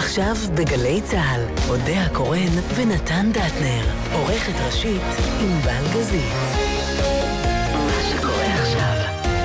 עכשיו בגלי צהל, אודיה קורן ונתן דטנר, עורכת ראשית ענבל גזית. מה שקורה עכשיו.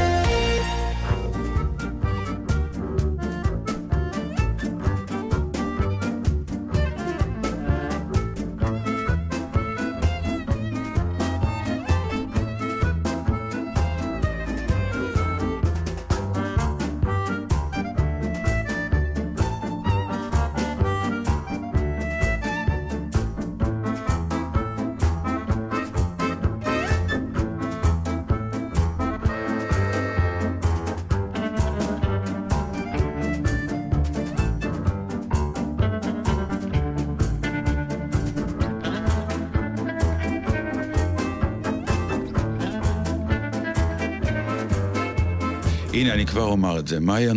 הנה, אני כבר אומר את זה. מאיה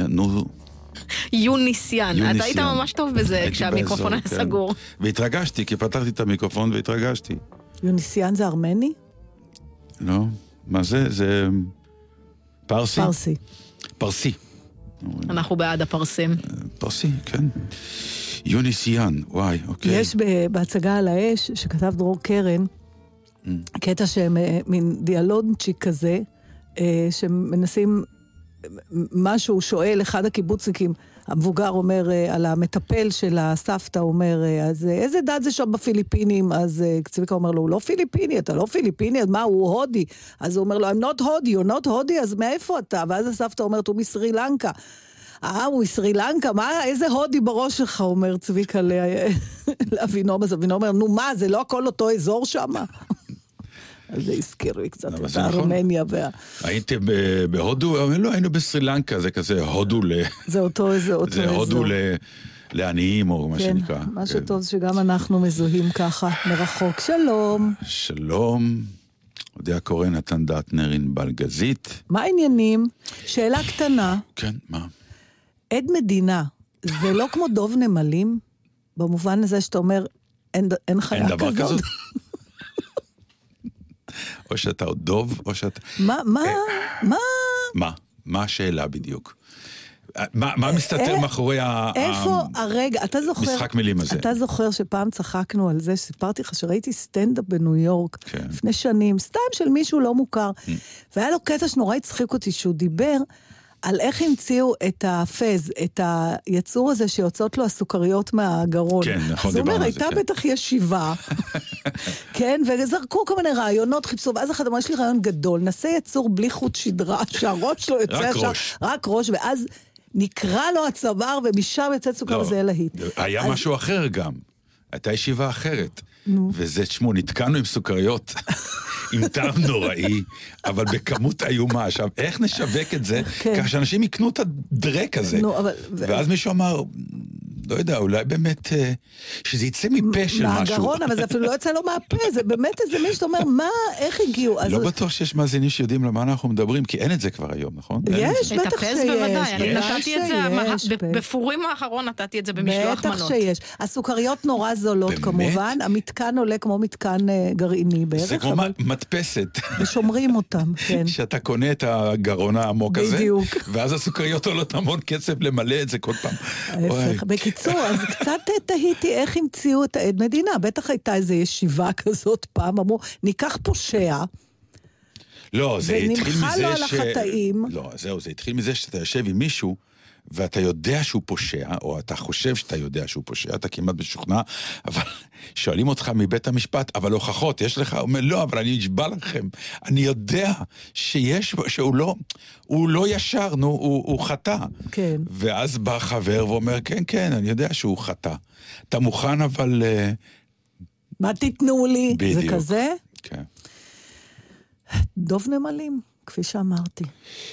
יוניסיאן. אתה היית ממש טוב בזה כשהמיקרופון היה סגור. והתרגשתי, כי פתחתי את המיקרופון והתרגשתי. יוניסיאן זה ארמני? לא. מה זה? זה פרסי? פרסי. פרסי. אנחנו בעד הפרסים. פרסי, כן. יוניסיאן, וואי, אוקיי. יש בהצגה על האש, שכתב דרור קרן, קטע שמין דיאלוגצ'יק כזה, שמנסים משהו, שואל אחד הקיבוצניקים, המבוגר אומר על המטפל של הסבתא, אומר, אז איזה דת זה שם בפיליפינים? אז צביקה אומר לו, הוא לא פיליפיני, אתה לא פיליפיני, אז מה, הוא הודי? אז הוא אומר לו, I'm not Hodi, you're not Hodi, אז מאיפה אתה? ואז הסבתא אומרת, הוא מסרי לנקה. הוא מסרי לנקה, מה, איזה הודי בראש שלך, אומר צביקה לאבינום, אז אבינום אומר, נו מה, זה לא הכל אותו אזור שם? אז זה הזכיר לי קצת את הארמניה. הייתם בהודו? לא, היינו בסרי לנקה, זה כזה הודו זה אותו אזור. זה הודו לעניים, או מה שנקרא. כן, מה שטוב זה שגם אנחנו מזוהים ככה, מרחוק. שלום. שלום. אודיה קורן, נתן דטנר, ענבל גזית. מה העניינים? שאלה קטנה. כן, מה? עד מדינה, זה לא כמו דוב נמלים? במובן הזה שאתה אומר, אין חיה כזאת? אין דבר כזאת? או שאתה עוד דוב, או שאתה... מה השאלה בדיוק? מה מסתתר מאחורי המשחק מילים הזה? אתה זוכר שפעם צחקנו על זה, שסיפרתי לך שראיתי סטנדאפ בניו יורק, לפני שנים, סתם של מישהו לא מוכר, והיה לו קטע שנורא הצחיק אותי, שהוא דיבר על איך המציאו את הפז, את היצור הזה שיוצאות לו הסוכריות מהגרון. כן, נכון, אז הוא אומר, הייתה בטח ישיבה, כן, וזרקו כל מיני רעיונות, חיפשו, ואז אחד אמר, יש לי רעיון גדול, נעשה יצור בלי חוט שדרה, שהראש שלו יוצא רק ראש, ואז נקרא לו הצוואר, ומשם יוצא סוכר וזה להיט. היה משהו אחר גם, הייתה ישיבה אחרת, וזה שמו, נתקענו עם סוכריות, עם טעם נוראי, אבל בכמות איומה. עכשיו, איך נשווק את זה? כך שאנשים יקנו את הדרק הזה. ואז מישהו אמר, לא יודע, אולי באמת, שזה יצא מפה של משהו. מהגרון, אבל זה אפילו לא יצא לו מהפה, זה באמת איזה מישהו שאומר, מה, איך הגיעו? לא בטוח שיש מאזינים שיודעים למה אנחנו מדברים, כי אין את זה כבר היום, נכון? יש, בטח שיש. בוודאי, אני נתתי את זה, בפורים האחרון נתתי את זה במשלוח מנות. בטח שיש. הסוכריות נורא זולות כמובן, המתקן עולה כמו מתקן גרעיני בערך. זה כמו מדפסת. ושומרים אותם, כן. שאתה קונה את הגרון העמוק הזה, בדיוק. ואז הסוכריות עולות המון כסף למלא את זה כל פעם. בקיצור, אז קצת תהיתי איך המציאו את העד מדינה. בטח הייתה איזו ישיבה כזאת פעם, אמרו, ניקח פושע, לא, זה התחיל מזה לו על החטאים. לא, זהו, זה התחיל מזה שאתה יושב עם מישהו, ואתה יודע שהוא פושע, או אתה חושב שאתה יודע שהוא פושע, אתה כמעט משוכנע, אבל שואלים אותך מבית המשפט, אבל הוכחות, יש לך, אומר, לא, אבל אני אשבע לכם, אני יודע שהוא לא ישר, נו, הוא חטא. כן. ואז בא חבר ואומר, כן, כן, אני יודע שהוא חטא. אתה מוכן, אבל... מה תיתנו לי? בדיוק. זה כזה? כן. דוב נמלים, כפי שאמרתי.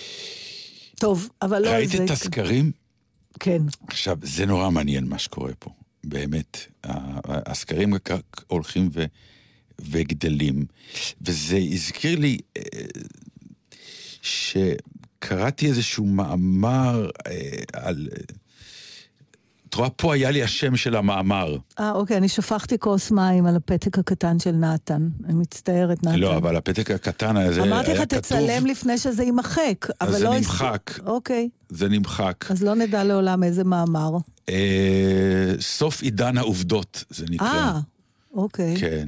טוב, אבל לא... ראית את הסקרים? כן. עכשיו, זה נורא מעניין מה שקורה פה. באמת. הסקרים הולכים וגדלים. וזה הזכיר לי שקראתי איזשהו מאמר על... את רואה, פה היה לי השם של המאמר. אוקיי, אני שפכתי כוס מים על הפתק הקטן של נתן. אני מצטערת, נתן. לא, אבל הפתק הקטן הזה היה כתוב... אמרתי לך, תצלם לפני שזה יימחק. אז זה נמחק. אוקיי. זה נמחק. אז לא נדע לעולם איזה מאמר. סוף עידן העובדות, זה נקרא. אוקיי. כן.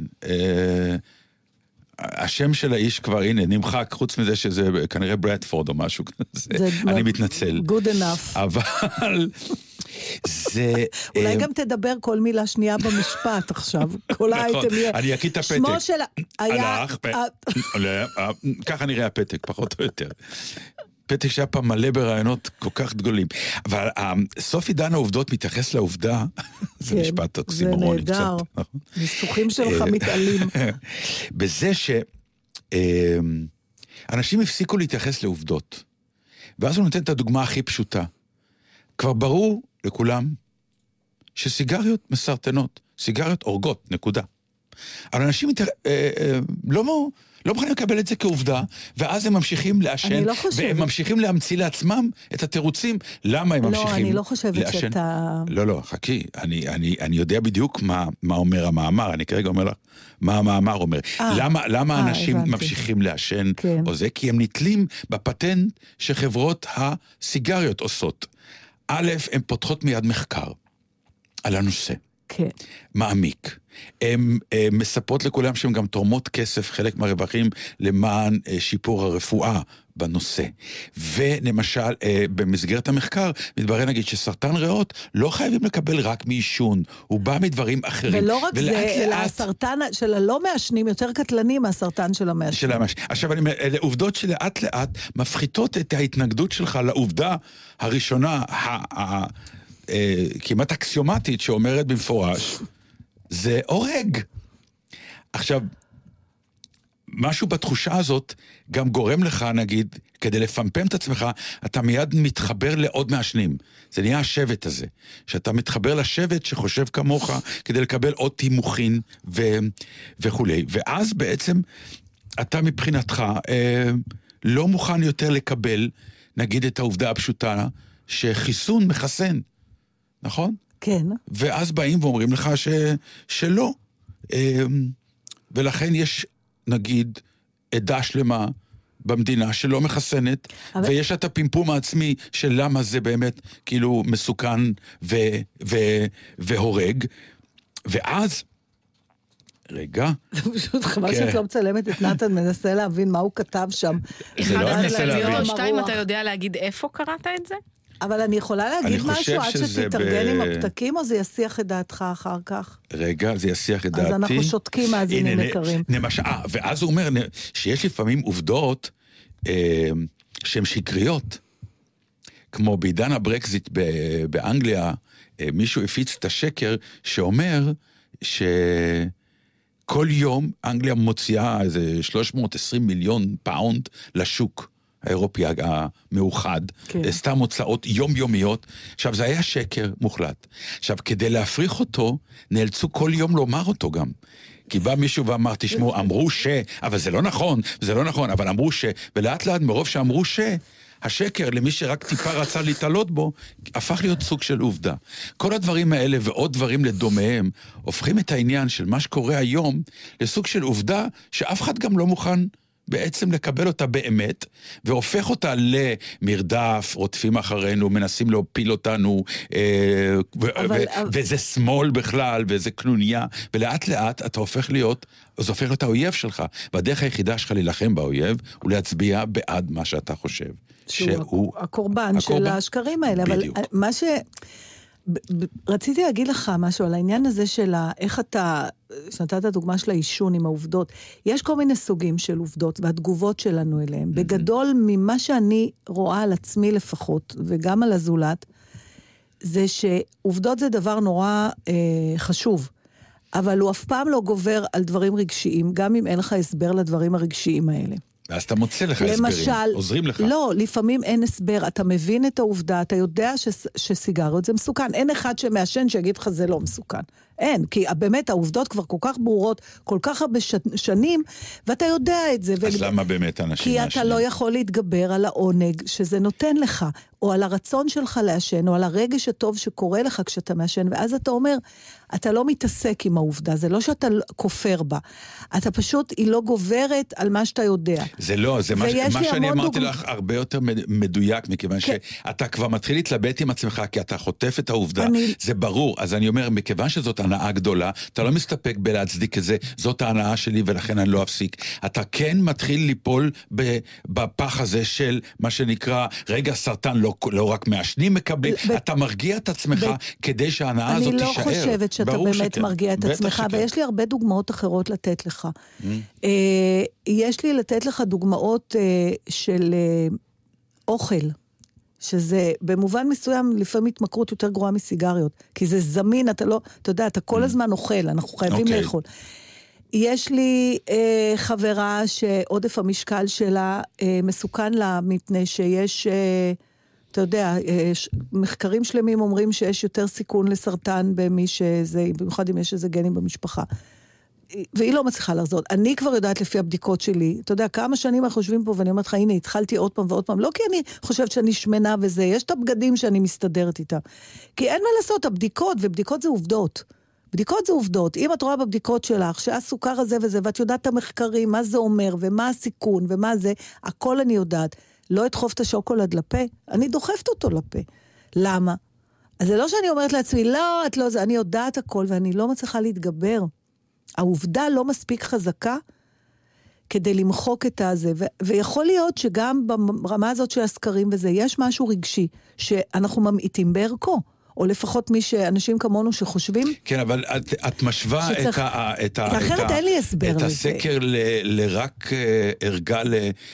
השם של האיש כבר, הנה, נמחק, חוץ מזה שזה כנראה ברדפורד או משהו כזה. אני מתנצל. Good enough. אבל זה... אולי גם תדבר כל מילה שנייה במשפט עכשיו. כל האייטם יהיה... אני אקיא את הפתק. שמו של... היה... ככה נראה הפתק, פחות או יותר. פתק שהיה פעם מלא ברעיונות כל כך גדולים. אבל סוף עידן העובדות מתייחס לעובדה, זה משפט אוקסימורוני קצת. זה נהדר, ניסוחים שלך מתעלים. בזה שאנשים הפסיקו להתייחס לעובדות. ואז הוא נותן את הדוגמה הכי פשוטה. כבר ברור לכולם שסיגריות מסרטנות, סיגריות הורגות, נקודה. אבל אנשים לא מוכנים לקבל את זה כעובדה, ואז הם ממשיכים לעשן, והם ממשיכים להמציא לעצמם את התירוצים, למה הם ממשיכים לעשן. לא, אני לא חושבת שאתה... לא, חכי, אני יודע בדיוק מה אומר המאמר, אני כרגע אומר לך, מה המאמר אומר. למה אנשים ממשיכים לעשן, או זה? כי הם נתלים בפטנט שחברות הסיגריות עושות. א', הן פותחות מיד מחקר על הנושא. כן. מעמיק. הן מספרות לכולם שהן גם תורמות כסף, חלק מהרווחים, למען שיפור הרפואה בנושא. ולמשל, במסגרת המחקר, מתברר נגיד שסרטן ריאות לא חייבים לקבל רק מעישון, הוא בא מדברים אחרים. ולא רק זה, אלא הסרטן של הלא מעשנים יותר קטלני מהסרטן של המעשנים. עכשיו, אלה עובדות שלאט לאט מפחיתות את ההתנגדות שלך לעובדה הראשונה, כמעט אקסיומטית שאומרת במפורש, זה הורג. עכשיו, משהו בתחושה הזאת גם גורם לך, נגיד, כדי לפמפם את עצמך, אתה מיד מתחבר לעוד מעשנים. זה נהיה השבט הזה, שאתה מתחבר לשבט שחושב כמוך, כדי לקבל עוד תימוכין וכו'. ואז בעצם אתה מבחינתך לא מוכן יותר לקבל, נגיד, את העובדה הפשוטה, שחיסון מחסן. נכון? כן. ואז באים ואומרים לך שלא. ולכן יש, נגיד, עדה שלמה במדינה שלא מחסנת, ויש את הפימפום העצמי של למה זה באמת כאילו מסוכן והורג. ואז, רגע. זה פשוט חבל שאת לא מצלמת את נתן, מנסה להבין מה הוא כתב שם. זה לא מנסה להבין. שתיים, אתה יודע להגיד איפה קראת את זה? אבל אני יכולה להגיד משהו עד שתתארגן עם הפתקים, או זה יסיח את דעתך אחר כך? רגע, זה יסיח את דעתי. אז אנחנו שותקים מאזינים יקרים. ואז הוא אומר שיש לפעמים עובדות שהן שקריות. כמו בעידן הברקזיט באנגליה, מישהו הפיץ את השקר שאומר שכל יום אנגליה מוציאה איזה 320 מיליון פאונד לשוק. האירופי המאוחד, סתם הוצאות יומיומיות. עכשיו, זה היה שקר מוחלט. עכשיו, כדי להפריך אותו, נאלצו כל יום לומר אותו גם. כי בא מישהו ואמר, תשמעו, אמרו אבל זה לא נכון, אבל אמרו ולאט לאט מרוב שאמרו השקר, למי שרק טיפה רצה להתעלות בו, הפך להיות סוג של עובדה. כל הדברים האלה ועוד דברים לדומיהם, הופכים את העניין של מה שקורה היום, לסוג של עובדה שאף אחד גם לא מוכן בעצם לקבל אותה באמת, והופך אותה למרדף, רודפים אחרינו, מנסים להופיל אותנו, וזה שמאל בכלל, וזה קנוניה, ולאט לאט אתה הופך להיות, זה הופך להיות האויב שלך, והדרך היחידה שלך להילחם באויב, הוא להצביע בעד מה שאתה חושב. שהוא הקורבן של השקרים האלה. בדיוק. אבל מה רציתי להגיד לך משהו על העניין הזה של איך אתה, שנתת הדוגמה של האישון עם העובדות, יש כל מיני סוגים של עובדות, והתגובות שלנו אליהם. בגדול, ממה שאני רואה על עצמי לפחות, וגם על הזולת, זה שעובדות זה דבר נורא חשוב, אבל הוא אף פעם לא גובר על דברים רגשיים, גם אם אין לך הסבר לדברים הרגשיים האלה. ואז אתה מוצא לך הסברים, עוזרים לך. לא, לפעמים אין הסבר, אתה מבין את העובדה, אתה יודע שסיגריות זה מסוכן. אין אחד שמעשן שיגיד לך זה לא מסוכן. אין, כי באמת העובדות כבר כל כך ברורות, כל כך הרבה שנים, ואתה יודע את זה. אז למה באמת אנשים כי מהשנים? אתה לא יכול להתגבר על העונג שזה נותן לך, או על הרצון שלך לעשן, או על הרגש הטוב שקורה לך כשאתה מעשן, ואז אתה אומר, אתה לא מתעסק עם העובדה, זה לא שאתה כופר בה, אתה פשוט, היא לא גוברת על מה שאתה יודע. זה לא, זה מה שאני אמרתי לך הרבה יותר מדויק, מכיוון שאתה כבר מתחיל להתלבט עם עצמך, כי אתה חוטף את העובדה, זה ברור, אז אני אומר, מכיוון שזאת הנאה גדולה, אתה לא מסתפק בלהצדיק את זה, זאת ההנאה שלי ולכן אני לא אפסיק. אתה כן מתחיל ליפול בפח הזה של מה שנקרא, רגע סרטן לא רק מעשנים מקבלים, אתה מרגיע את עצמך כדי שההנאה הזאת תישאר. אני לא חושבת שאתה באמת מרגיע את עצמך, ויש לי הרבה דוגמאות אחרות לתת לך. יש לי לתת לך דוגמאות של אוכל, שזה במובן מסוים לפעמים התמכרות יותר גרועה מסיגריות, כי זה זמין, אתה יודע, אתה כל הזמן אוכל, אנחנו חייבים לאכול. יש לי חברה שעודף המשקל שלה מסוכן לה, מפני שיש, אתה יודע, מחקרים שלמים אומרים שיש יותר סיכון לסרטן במי שזה, במיוחד אם יש איזה גנים במשפחה. והיא לא מצליחה לחזור. אני כבר יודעת לפי הבדיקות שלי, אתה יודע, כמה שנים אנחנו חושבים פה, ואני אומרת לך, הנה, התחלתי עוד פעם ועוד פעם, לא כי אני חושבת שאני שמנה וזה, יש את הבגדים שאני מסתדרת איתה. כי אין מה לעשות, הבדיקות, ובדיקות זה עובדות. בדיקות זה עובדות. אם את רואה בבדיקות שלך, שהסוכר הזה וזה, ואת יודעת את המחקרים, מה זה אומר, ומה הסיכון, ומה זה, הכל אני יודעת. לא אדחוף את השוקולד לפה, אני דוחפת אותו לפה. למה? אז זה לא שאני אומרת לעצמי, לא, את לא זה, אני יודעת הכל, ואני לא מצליחה להתגבר. העובדה לא מספיק חזקה, כדי למחוק את הזה, ויכול להיות שגם ברמה הזאת של הסקרים וזה, יש משהו רגשי, שאנחנו ממעיטים בערכו. או לפחות אנשים כמונו שחושבים. כן, אבל את משווה את הסקר לרק ערגה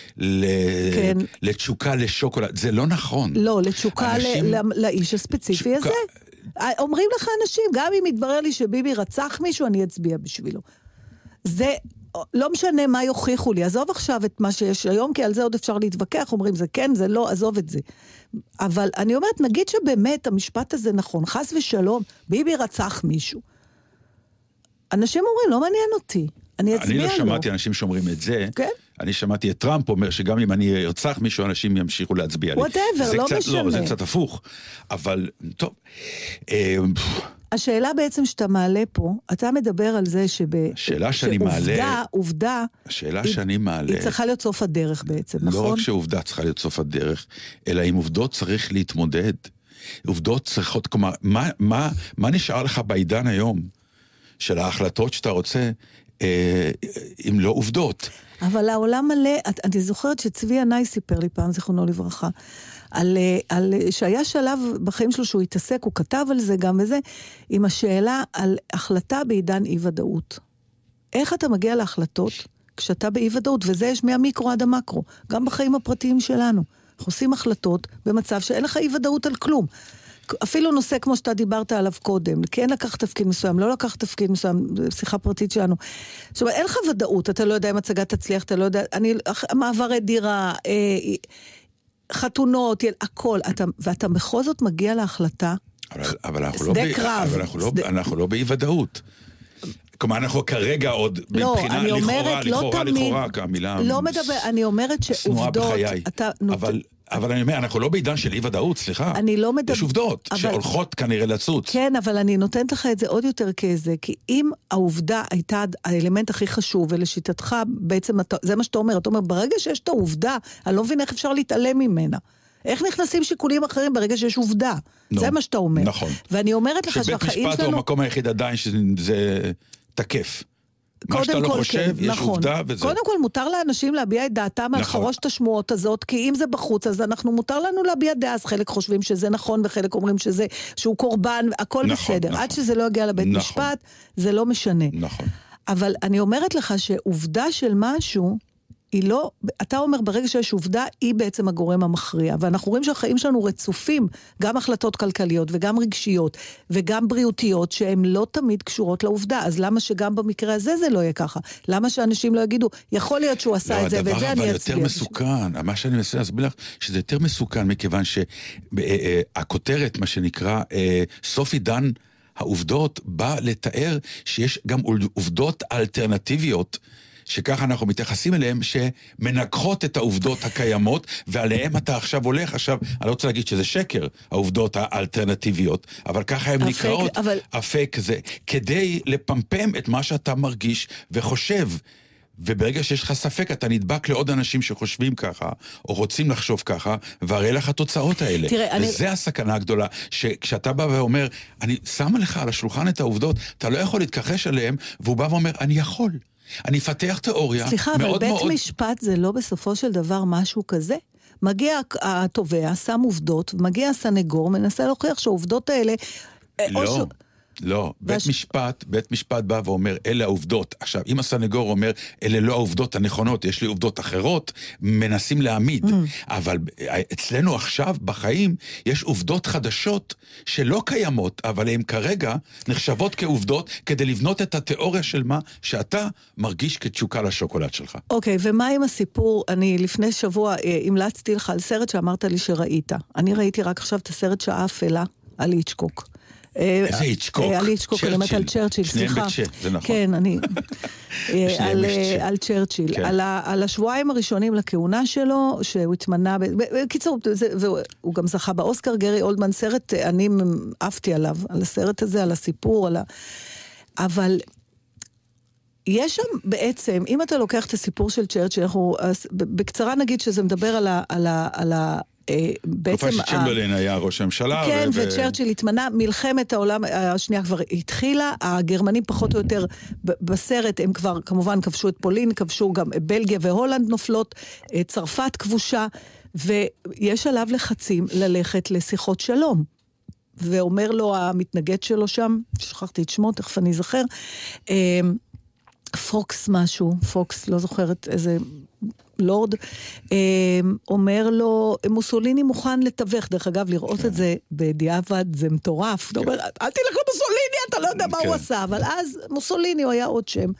לתשוקה לשוקולד. זה לא נכון. לא, לתשוקה לאיש הספציפי הזה. אומרים לך אנשים, גם אם יתברר לי שביבי רצח מישהו, אני אצביע בשבילו. זה לא משנה מה יוכיחו לי. עזוב עכשיו את מה שיש היום, כי על זה עוד אפשר להתווכח. אומרים, זה כן, זה לא, עזוב את זה. אבל אני אומרת, נגיד שבאמת המשפט הזה נכון, חס ושלום, ביבי רצח מישהו. אנשים אומרים, לא מעניין אותי, אני אצביע לו. אני לא שמעתי אנשים שאומרים את זה, כן? אני שמעתי את טראמפ אומר שגם אם אני ארצח מישהו, אנשים ימשיכו להצביע לי. whatever, לא משנה. לא, זה קצת הפוך, אבל טוב. השאלה בעצם שאתה מעלה פה, אתה מדבר על זה השאלה שאני מעלה, עובדה, השאלה שאני מעלה, היא צריכה להיות סוף הדרך בעצם, נכון? לא רק שעובדה צריכה להיות סוף הדרך, אלא עם עובדות צריך להתמודד. עובדות צריכות, כלומר, מה נשאר לך בעידן היום של ההחלטות שאתה רוצה, אם לא עובדות? אבל העולם מלא, אני זוכרת שצבי ענאי סיפר לי פעם, זיכרונו לברכה, על שהיה שלב בחיים שלו שהוא התעסק, הוא כתב על זה גם וזה, עם השאלה על החלטה בעידן אי-ודאות. איך אתה מגיע להחלטות כשאתה באי-ודאות? וזה יש מהמיקרו עד המקרו, גם בחיים הפרטיים שלנו. אנחנו עושים החלטות במצב שאין לך אי-ודאות על כלום. אפילו נושא כמו שאתה דיברת עליו קודם, כן לקח תפקיד מסוים, לא לקח תפקיד מסוים, שיחה פרטית שלנו. זאת אומרת, אין לך ודאות, אתה לא יודע אם הצגת תצליח, אתה לא יודע, מעברי דירה, חתונות, הכל, ואתה בכל זאת מגיע להחלטה, אבל אנחנו לא באי ודאות. כלומר, אנחנו כרגע עוד מבחינה לכאורה, כמילה לא מדבר, אני אומרת שעובדות, אבל אני אומר, אנחנו לא בעידן של אי ודאות, סליחה. יש עובדות שהולכות כנראה לצוץ. כן, אבל אני נותנת לך את זה עוד יותר כזה, כי אם העובדה הייתה האלמנט הכי חשוב, ולשיטתך בעצם, זה מה שאתה אומר, אתה אומר, ברגע שיש את העובדה, אני לא מבין איך אפשר להתעלם ממנה. איך נכנסים שיקולים אחרים ברגע שיש עובדה? זה מה שאתה אומר. נכון. ואני אומרת לך שבית משפט הוא המקום היחיד עדיין שזה תקף. מה שאתה לא חושב, יש עובדה וזה. קודם כל, מותר לאנשים להביע את דעתם על חרושת השמועות הזאת, כי אם זה בחוץ, אז מותר לנו להביע דעה, אז חלק חושבים שזה נכון, וחלק אומרים שהוא קורבן, הכל בסדר. עד שזה לא יגיע לבית משפט, זה לא משנה. נכון. אבל אני אומרת לך שעובדה של משהו, היא לא, אתה אומר ברגע שיש עובדה, היא בעצם הגורם המכריע, ואנחנו רואים שהחיים שלנו רצופים, גם החלטות כלכליות וגם רגשיות, וגם בריאותיות, שהן לא תמיד קשורות לעובדה, אז למה שגם במקרה הזה זה לא יהיה ככה? למה שאנשים לא יגידו, יכול להיות שהוא עשה את זה, ואת זה אני אצביע. אבל יותר מסוכן, מה שאני מנסה להסביר לך, שזה יותר מסוכן, מכיוון שהכותרת, מה שנקרא, סוף עידן העובדות בא לתאר שיש גם עובדות אלטרנטיביות, שככה אנחנו מתייחסים אליהם, שמנקחות את העובדות הקיימות, ועליהם אתה עכשיו הולך, עכשיו, אני לא רוצה להגיד שזה שקר, העובדות האלטרנטיביות, אבל ככה הן נקראות, אפק זה, כדי לפמפם את מה שאתה מרגיש וחושב, וברגע שיש לך ספק, אתה נדבק לעוד אנשים שחושבים ככה, או רוצים לחשוב ככה, והרי לך התוצאות האלה. תראה, וזה הסכנה הגדולה, שכשאתה בא ואומר, אני שמה לך על השולחן את העובדות, אתה לא יכול להתכחש עליהם, והוא בא ואומר, אני יכול. אני אפתח תיאוריה מאוד מאוד... סליחה, אבל בית משפט זה לא בסופו של דבר משהו כזה? מגיע התובע, שם עובדות, ומגיע הסנגור, מנסה להוכיח שהעובדות האלה... לא, בית משפט בא ואומר, אלה העובדות. עכשיו, אם הסנגור אומר, אלה לא העובדות הנכונות, יש לי עובדות אחרות, מנסים להעמיד. אבל אצלנו עכשיו, בחיים, יש עובדות חדשות שלא קיימות, אבל הן כרגע נחשבות כעובדות, כדי לבנות את התיאוריה של מה שאתה מרגיש כתשוקה לשוקולד שלך. אוקיי, ומה עם הסיפור? אני לפני שבוע המלצתי לך על סרט שאמרת לי שראית. אני ראיתי רק עכשיו את הסרט שעה אפלה על היצ'קוק. איזה היצ'קוק? על היצ'קוק, אני אומרת על צ'רצ'יל, סליחה. זה נכון. כן, על צ'רצ'יל. על השבועיים הראשונים לכהונה שלו, שהוא התמנה, בקיצור, הוא גם זכה באוסקר, גרי אולדמן, סרט, אני אהבתי עליו, על הסרט הזה, על הסיפור, אבל יש שם בעצם, אם אתה לוקח את הסיפור של צ'רצ'יל, אנחנו בקצרה נגיד שזה מדבר על תקופה שצ'מברלין היה ראש הממשלה. כן, וצ'רצ'יל התמנה, מלחמת העולם השנייה כבר התחילה, הגרמנים פחות או יותר בסרט, הם כבר כמובן כבשו את פולין, כבשו גם בלגיה והולנד נופלות, צרפת כבושה, ויש עליו לחצים ללכת לשיחות שלום. ואומר לו המתנגד שלו שם, שכחתי את שמו, תכף אני זוכר, פוקס משהו, פוקס, לא זוכרת איזה לורד, אומר לו, מוסוליני מוכן לתווך, דרך אגב, לראות את זה בדיעבד, זה מטורף, אתה אומר, אל תלך למוסוליני, אתה לא יודע מה הוא עשה, אבל אז מוסוליני הוא היה עוד שם.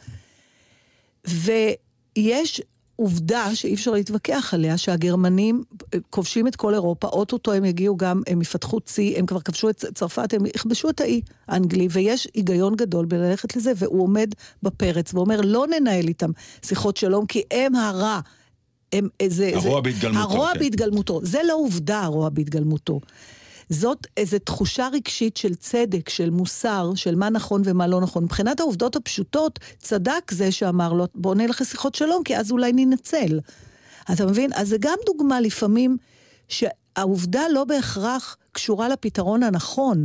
ויש עובדה שאי אפשר להתווכח עליה, שהגרמנים כובשים את כל אירופה, אוטוטו הם יגיעו גם, הם יפתחו צי, הם כבר כבשו את צרפת, הם יכבשו את האי האנגלי, ויש היגיון גדול בללכת לזה, והוא עומד בפרץ, ואומר, לא ננהל איתם שיחות שלום, כי הם הרע, הרוע בהתגלמותו. הרוע בהתגלמותו. זה לא עובדה, הרוע בהתגלמותו. זאת איזו תחושה רגשית של צדק, של מוסר, של מה נכון ומה לא נכון. מבחינת העובדות הפשוטות, צדק זה שאמר לו, בוא נלך לשיחות שלום, כי אז אולי ננצל. אתה מבין? אז זה גם דוגמה לפעמים, שהעובדה לא בהכרח קשורה לפתרון הנכון.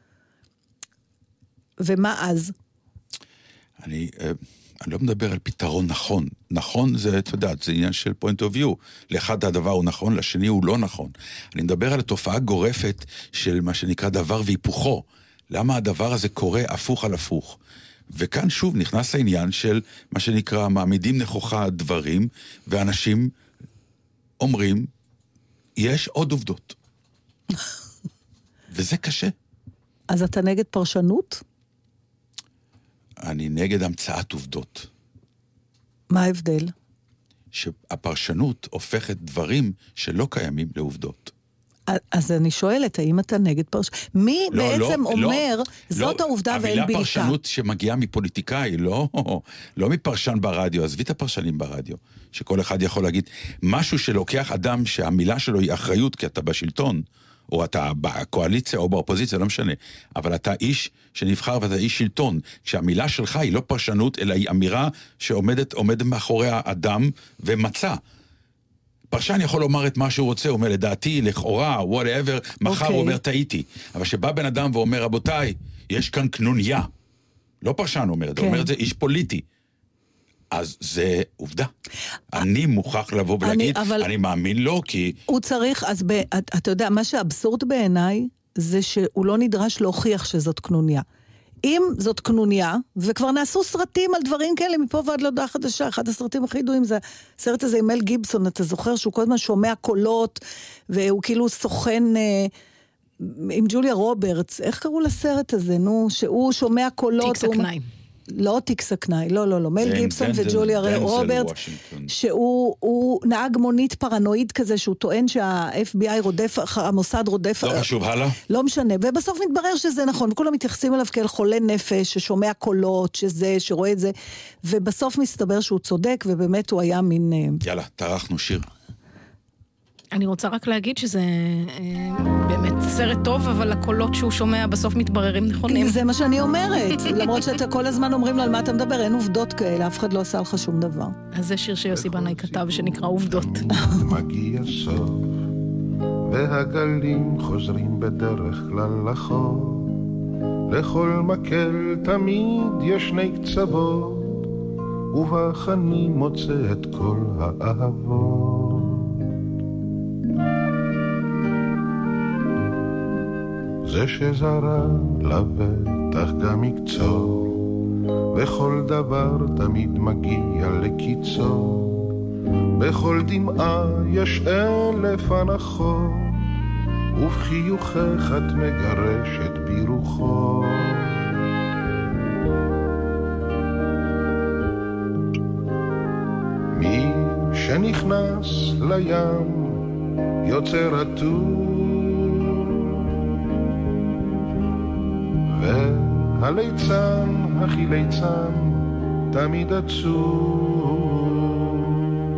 ומה אז? אני לא מדבר על פתרון נכון. נכון זה, אתה יודע, זה עניין של point of view. לאחד הדבר הוא נכון, לשני הוא לא נכון. אני מדבר על התופעה גורפת של מה שנקרא דבר והיפוכו. למה הדבר הזה קורה הפוך על הפוך? וכאן שוב נכנס העניין של מה שנקרא מעמידים נכוחה דברים, ואנשים אומרים, יש עוד עובדות. וזה קשה. אז אתה נגד פרשנות? אני נגד המצאת עובדות. מה ההבדל? שהפרשנות הופכת דברים שלא קיימים לעובדות. אז אני שואלת, האם אתה נגד פרשנות? מי בעצם אומר, זאת העובדה ואין בלתה? המילה פרשנות שמגיעה מפוליטיקאי, לא מפרשן ברדיו, עזבי את הפרשנים ברדיו, שכל אחד יכול להגיד, משהו שלוקח אדם שהמילה שלו היא אחריות, כי אתה בשלטון, או אתה בקואליציה או באופוזיציה, לא משנה. אבל אתה איש שנבחר ואתה איש שלטון. כשהמילה שלך היא לא פרשנות, אלא היא אמירה שעומדת מאחורי האדם ומצא. פרשן יכול לומר את מה שהוא רוצה, הוא אומר לדעתי, לכאורה, whatever, מחר הוא אומר טעיתי. אבל שבא בן אדם ואומר, רבותיי, יש כאן קנוניה. לא פרשן אומר את זה, הוא אומר את זה איש פוליטי. אז זה עובדה. אני מוכרח לבוא ולהגיד, אני מאמין לו, כי... הוא צריך, אז אתה יודע, מה שאבסורד בעיניי, זה שהוא לא נדרש להוכיח שזאת קנוניה. אם זאת קנוניה, וכבר נעשו סרטים על דברים כאלה, מפה ועד להודעה חדשה, אחד הסרטים הכי ידועים זה הסרט הזה עם מל גיבסון, אתה זוכר שהוא כל הזמן שומע קולות, והוא כאילו סוכן... עם ג'וליה רוברטס, איך קראו לסרט הזה, נו, שהוא שומע קולות... טיקס הקניים. לא טיקס הקנאי, לא, מל גיבסון וג'וליה רוברט, שהוא נהג מונית פרנואיד כזה, שהוא טוען שה-FBI רודף, המוסד רודף... לא חשוב, הלאה. לא משנה, ובסוף מתברר שזה נכון, וכולם מתייחסים אליו כאל חולה נפש, ששומע קולות, שרואה את זה, ובסוף מסתבר שהוא צודק, ובאמת הוא היה מין... יאללה, תערכנו שיר. אני רוצה רק להגיד שזה באמת סרט טוב, אבל הקולות שהוא שומע בסוף מתבררים נכונים. זה מה שאני אומרת, למרות שאתה כל הזמן אומרים לו על מה אתה מדבר, אין עובדות כאלה, אף אחד לא עשה לך שום דבר. אז זה שיר שיוסי בנאי כתב שנקרא עובדות. מגיע סוף, והגלים חוזרים בדרך כלל לחור. לכל מקל תמיד יש שני קצוות, ובך אני מוצא את כל האהבות. זה שזרה לבטח גם מקצור, בכל דבר תמיד מגיע לקיצור, בכל דמעה יש 1000 הנחות, ובחיוכך את מגרשת בירוחו. מי שנכנס לים יוצא רטוב, והליצן, הכי ליצן, תמיד עצוב.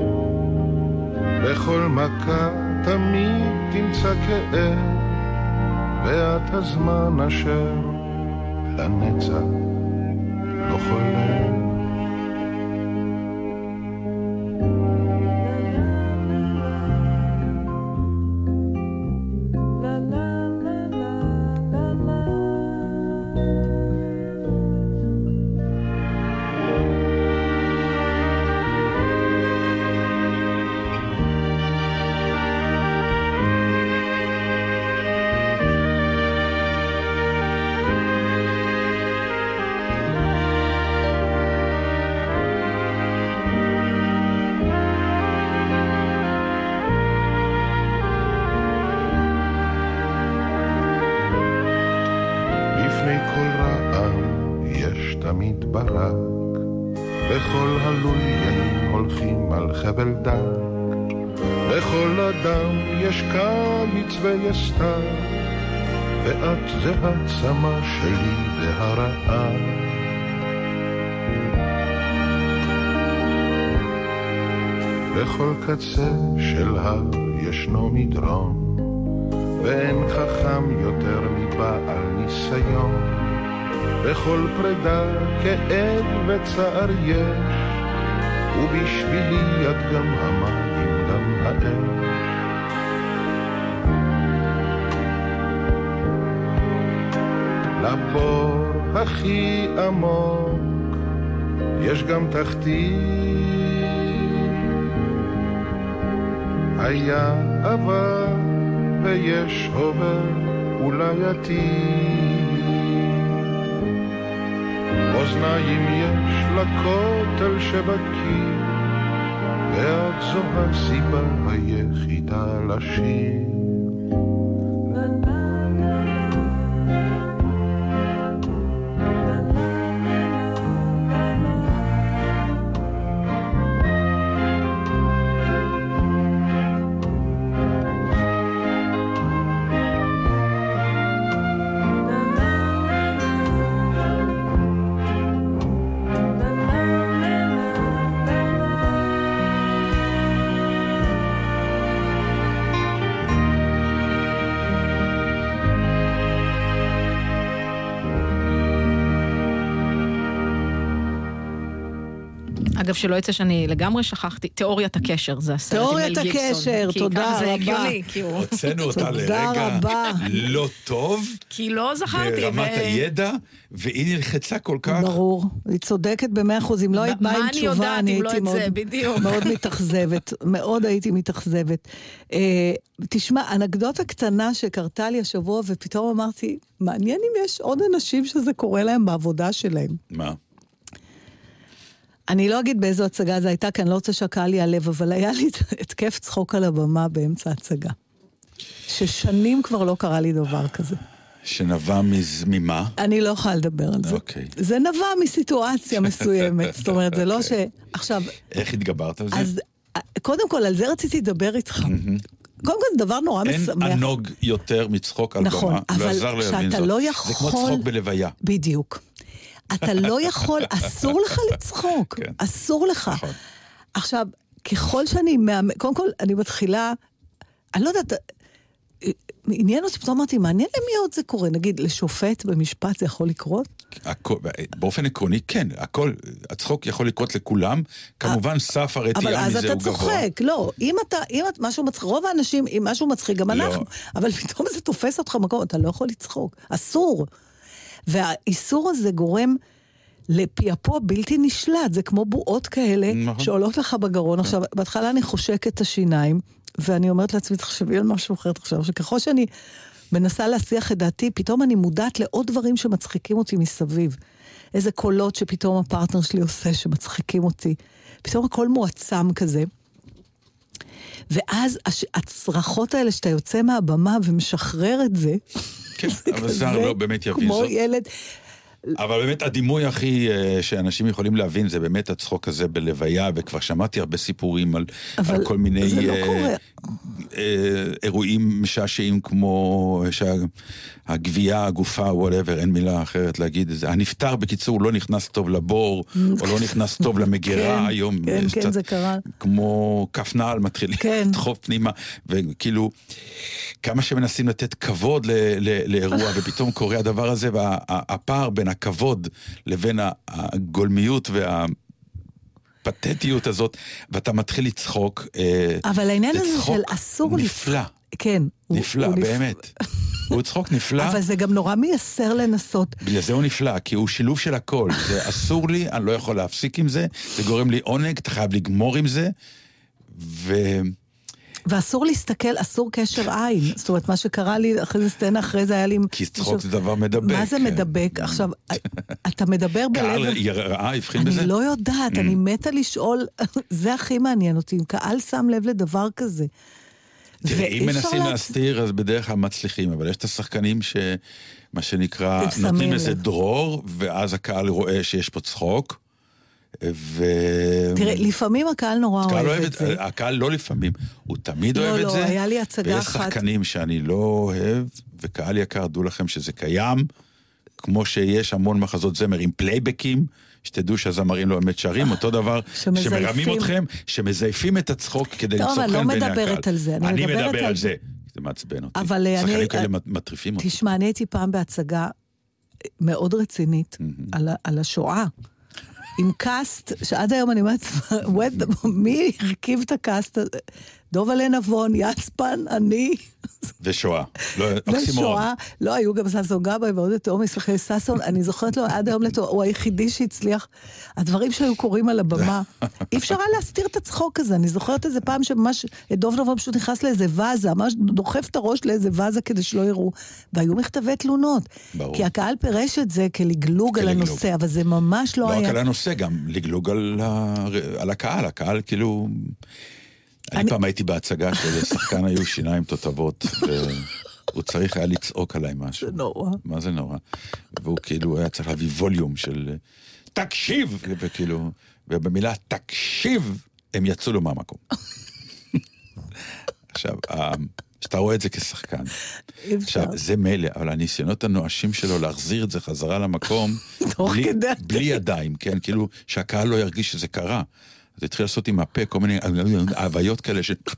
בכל מכה תמיד תמצא כאב, ואת הזמן אשר לנצח לא חולם. בכל הלוליינים הולכים על חבל דק, לכל אדם יש קיץ ויסתר, ואת זה הצמה שלי והרעה. בכל קצה של הר ישנו מדרון, ואין חכם יותר מבעל ניסיון. בכל פרידה כאב וצער יש, ובשבילי את גם המים גם האש. לבור הכי עמוק יש גם תחתית, היה עבר ויש הווה אולי עתיד. אוזניים יש לכותל שבקיר, ואת זו הסיבה היחידה לשיר. אגב, שלא יצא שאני לגמרי שכחתי, תיאוריית הקשר, זה הסרט עם מל גיבסון. תיאוריית הקשר, תודה רבה. הוצאנו אותה לרגע לא טוב. כי לא זכרתי. ברמת הידע, והיא נלחצה כל כך. ברור, היא צודקת ב100%, אם לא היית באה עם תשובה, אני הייתי מאוד מתאכזבת, מאוד הייתי מתאכזבת. תשמע, אנקדוטה קטנה שקרתה לי השבוע, ופתאום אמרתי, מעניין אם יש עוד אנשים שזה קורה להם בעבודה שלהם. מה? אני לא אגיד באיזו הצגה זה הייתה, כי אני לא רוצה שקעה לי הלב, אבל היה לי התקף צחוק על הבמה באמצע הצגה. ששנים כבר לא קרה לי דבר כזה. שנבע ממה? אני לא יכולה לדבר על זה. אוקיי. זה נבע מסיטואציה מסוימת. זאת אומרת, זה לא ש... עכשיו... איך התגברת על זה? אז קודם כל, על זה רציתי לדבר איתך. קודם כל, זה דבר נורא משמח. אין ענוג יותר מצחוק על במה. אבל שאתה לא יכול... זה כמו צחוק בלוויה. בדיוק. אתה לא יכול, אסור לך לצחוק. אסור לך. עכשיו, ככל שאני... קודם כל, אני מתחילה... אני לא יודעת... עניין אותי, פתאום אמרתי, מעניין למי עוד זה קורה? נגיד, לשופט במשפט זה יכול לקרות? באופן עקרוני, כן. הכל, הצחוק יכול לקרות לכולם. כמובן, סף הרתיעה מזה הוא גבוה. אבל אז אתה צוחק. לא, אם משהו מצחיק, רוב האנשים, אם משהו מצחיק, גם אנחנו. אבל פתאום זה תופס אותך מקום, אתה לא יכול לצחוק. אסור. והאיסור הזה גורם לפיאפו בלתי נשלט. זה כמו בועות כאלה שעולות לך בגרון. עכשיו, בהתחלה אני חושק את השיניים, ואני אומרת לעצמי, תחשבי על משהו אחר, תחשב, שככל שאני מנסה להסיח את דעתי, פתאום אני מודעת לעוד דברים שמצחיקים אותי מסביב. איזה קולות שפתאום הפרטנר שלי עושה שמצחיקים אותי. פתאום הכל מועצם כזה. ואז הצרחות האלה שאתה יוצא מהבמה ומשחרר את זה, כן, אבל זה לא באמת יבין כמו זאת. ילד... אבל באמת הדימוי הכי שאנשים יכולים להבין זה באמת הצחוק הזה בלוויה, וכבר שמעתי הרבה סיפורים על כל מיני אירועים משעשעים כמו הגבייה, הגופה, whatever, אין מילה אחרת להגיד את זה. הנפטר בקיצור לא נכנס טוב לבור, או לא נכנס טוב למגירה היום. כן, זה קרה. כמו כף נעל מתחילים לדחוף פנימה, וכאילו כמה שמנסים לתת כבוד לאירוע, ופתאום קורה הדבר הזה, והפער בין הכבוד לבין הגולמיות והפתטיות הזאת, ואתה מתחיל לצחוק. אבל העניין הזה של אסור נפלא. כן. נפלא, באמת. הוא צחוק נפלא. אבל זה גם נורא מייסר לנסות. בגלל זה הוא נפלא, כי הוא שילוב של הכל. זה אסור לי, אני לא יכול להפסיק עם זה, זה גורם לי עונג, אתה חייב לגמור עם זה, ואסור להסתכל, אסור קשר עין. זאת אומרת, מה שקרה לי, אחרי זה סצנה, אחרי זה היה לי... כי צחוק זה דבר מדבק. מה זה מדבק? עכשיו, אתה מדבר בלב... קהל רעה, הבחין בזה? אני לא יודעת, אני מתה לשאול, זה הכי מעניין אותי, אם קהל שם לב לדבר כזה. תראי, אם מנסים להסתיר, אז בדרך כלל מצליחים, אבל יש את השחקנים שמה שנקרא, נותנים איזה דרור, ואז הקהל רואה שיש פה צחוק, תראה, לפעמים הקהל נורא אוהב את זה. הקהל לא לפעמים, הוא תמיד אוהב את זה. לא, היה לי הצגה אחת. ויש שחקנים שאני לא אוהב, וקהל יקר, דעו לכם שזה קיים, כמו שיש המון מחזות זמר עם פלייבקים, שתדעו שהזמרים לא באמת שרים, אותו דבר שמרמים אתכם, שמזייפים את הצחוק כדי למצוא חן בעיני הקהל. טוב, אני לא מדברת על זה. אני מדבר על זה. זה מעצבן אותי. שחקנים כאלה מטריפים אותי. תשמע, אני הייתי פעם בהצגה מאוד רצינית על השואה. עם קאסט, שעד היום אני אומרת, מי הרכיב את הקאסט הזה? דובה לנבון, יצפן, אני. ושואה. ושואה. לא, היו גם ססון גבאי ועוד את תאומי סחי ססון, אני זוכרת לו עד היום לתואר, הוא היחידי שהצליח, הדברים שהיו קוראים על הבמה, אי אפשר היה להסתיר את הצחוק הזה, אני זוכרת איזה פעם שממש, דוב נבון פשוט נכנס לאיזה וזה, ממש דוחף את הראש לאיזה וזה כדי שלא יראו, והיו מכתבי תלונות. ברור. כי הקהל פירש את זה כלגלוג על הנושא, אבל זה ממש לא היה... לא רק על הנושא, גם לגלוג על הקהל, הקהל כאילו... אני פעם הייתי בהצגה של שחקן היו שיניים תותבות, והוא צריך היה לצעוק עליי משהו. זה נורא. מה זה נורא? והוא כאילו היה צריך להביא ווליום של תקשיב! וכאילו, ובמילה תקשיב, הם יצאו לו מהמקום. עכשיו, שאתה רואה את זה כשחקן. עכשיו, זה מלא, אבל הניסיונות הנואשים שלו להחזיר את זה חזרה למקום, בלי ידיים, כן? כאילו, שהקהל לא ירגיש שזה קרה. אז התחיל לעשות עם הפה כל מיני הוויות כאלה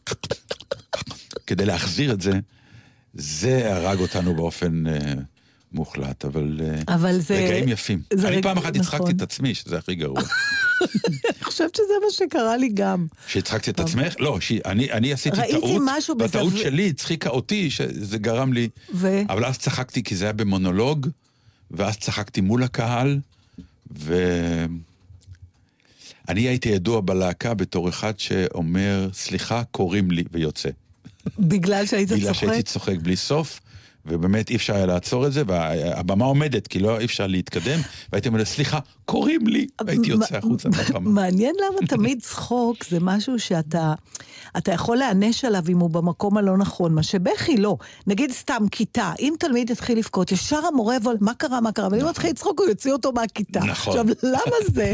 כדי להחזיר את זה, זה הרג אותנו באופן מוחלט, אבל רגעים יפים. אני פעם אחת הצחקתי את עצמי, שזה הכי גרוע. אני חושבת שזה מה שקרה לי גם. שהצחקתי את עצמך? לא, אני עשיתי טעות, והטעות שלי הצחיקה אותי, שזה גרם לי, אבל אז צחקתי כי זה היה במונולוג, ואז צחקתי מול הקהל, אני הייתי ידוע בלהקה בתור אחד שאומר, סליחה, קוראים לי ויוצא. בגלל שהיית צוחק? בגלל שהייתי צוחק בלי סוף, ובאמת אי אפשר היה לעצור את זה, והבמה עומדת, כי לא אי אפשר להתקדם, והייתי אומר, סליחה, קוראים לי, והייתי יוצא החוצה מהבמה. מעניין למה תמיד צחוק, זה משהו אתה יכול להענש עליו אם הוא במקום הלא נכון, מה שבכי לא. נגיד סתם כיתה, אם תלמיד יתחיל לבכות, ישר המורה יבוא, מה קרה? ואם הוא יתחיל לצחוק, הוא יוציא אותו מהכיתה. נכון. עכשיו, למה זה?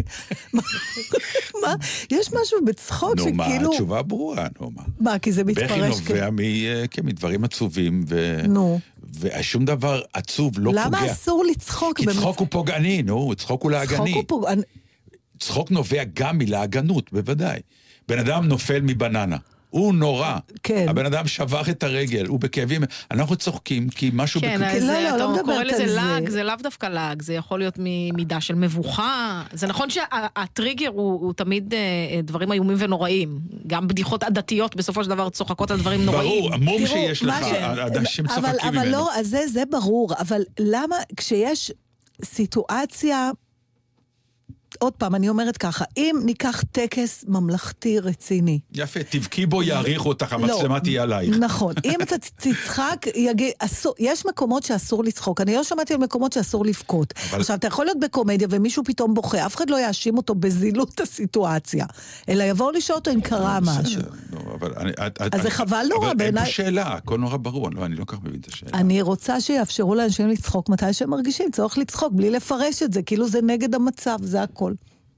יש משהו בצחוק שכאילו... נו, מה, התשובה ברורה, נו, מה. מה, כי זה מתפרש בכי נובע מדברים עצובים, ושום דבר עצוב לא פוגע. למה אסור לצחוק? כי צחוק הוא פוגעני, נו, צחוק הוא להגני. צחוק נובע גם מלהגנות, בוודאי. בן אדם נופל מבננה. הוא נורא. כן. הבן אדם שבר את הרגל, הוא בכאבים. אנחנו צוחקים כי משהו... כן, אז אתה קורא לזה לעג, זה לאו דווקא לעג, זה יכול להיות ממידה של מבוכה. זה נכון שהטריגר הוא תמיד דברים איומים ונוראים. גם בדיחות עדתיות בסופו של דבר צוחקות על דברים נוראים. ברור, המום שיש לך, אנשים צוחקים ממנו. אבל לא, זה ברור, אבל למה כשיש סיטואציה... עוד פעם, אני אומרת ככה, אם ניקח טקס ממלכתי רציני... יפה, תבכי בו, יעריך אותך, המצלמה תהיה עלייך. נכון, אם אתה תצחק, יש מקומות שאסור לצחוק, אני לא שמעתי על מקומות שאסור לבכות. עכשיו, אתה יכול להיות בקומדיה ומישהו פתאום בוכה, אף אחד לא יאשים אותו בזילות הסיטואציה, אלא יבואו לשאול אותו אם קרה משהו. אז זה חבל נורא בעיניי. אבל אין פה שאלה, הכל נורא ברור, אני לא כך מבין את השאלה. אני רוצה שיאפשרו לאנשים לצחוק מתי שהם מרגישים, צריך לצחוק בלי לפרש את זה, כאילו זה נגד המצב, זה הכל.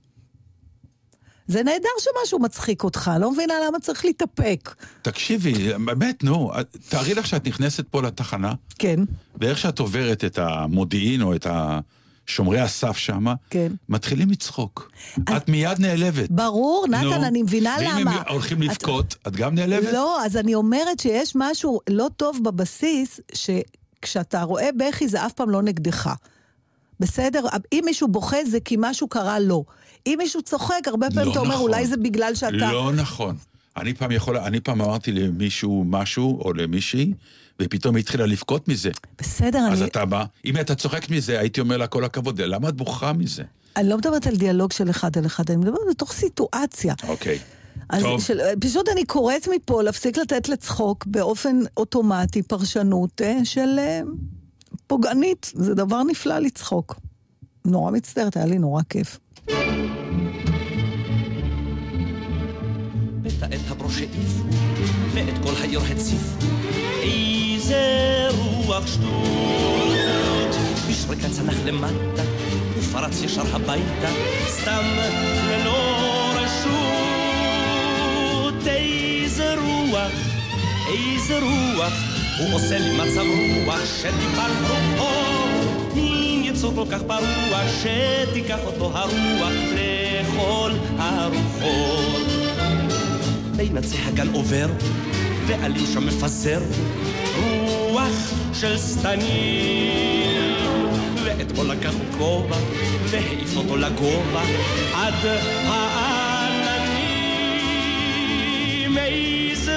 זה נהדר שמשהו מצחיק אותך, לא מבינה למה צריך להתאפק. תקשיבי, באמת, נו, תארי לך שאת נכנסת פה לתחנה, כן. ואיך שאת עוברת את המודיעין או את שומרי הסף שם, כן. מתחילים לצחוק. את מיד נעלבת. ברור, נתן, אני מבינה למה. ואם הם הולכים לבכות, את גם נעלבת? לא, אז אני אומרת שיש משהו לא טוב בבסיס, שכשאתה רואה בכי זה אף פעם לא נגדך. בסדר? אם מישהו בוכה זה כי משהו קרה לו. אם מישהו צוחק, הרבה פעמים אתה אומר, אולי זה בגלל שאתה... לא נכון. אני פעם אמרתי למישהו משהו, או למישהי, ופתאום היא התחילה לבכות מזה. בסדר, אז אתה בא, אם אתה צוחק מזה, הייתי אומר לה כל הכבוד, למה את בוכה מזה? אני לא מדברת על דיאלוג של אחד על אחד, אני מדברת בתוך סיטואציה. אוקיי. פשוט אני קוראת מפה להפסיק לתת לצחוק באופן אוטומטי, פרשנות של פוגענית. זה דבר נפלא לצחוק. נורא מצטערת, היה לי נורא כיף. את הברוש העיף, ואת כל העיר הציף. איזה רוח שטות, בשריקה צנח למטה, ופרץ ישר הביתה, סתם ללא רשות. איזה רוח, הוא עושה לי מצב רוח, שטיפת רוחו, מין יצור כל כך פרוע, שתיקח אותו הרוח לכל הרוחות. בין עצי הגן עובר, ועלים שם מפזר רוח של סתנים, ואתמול לקח כובע והעיף אותו לגובה עד העננים. איזה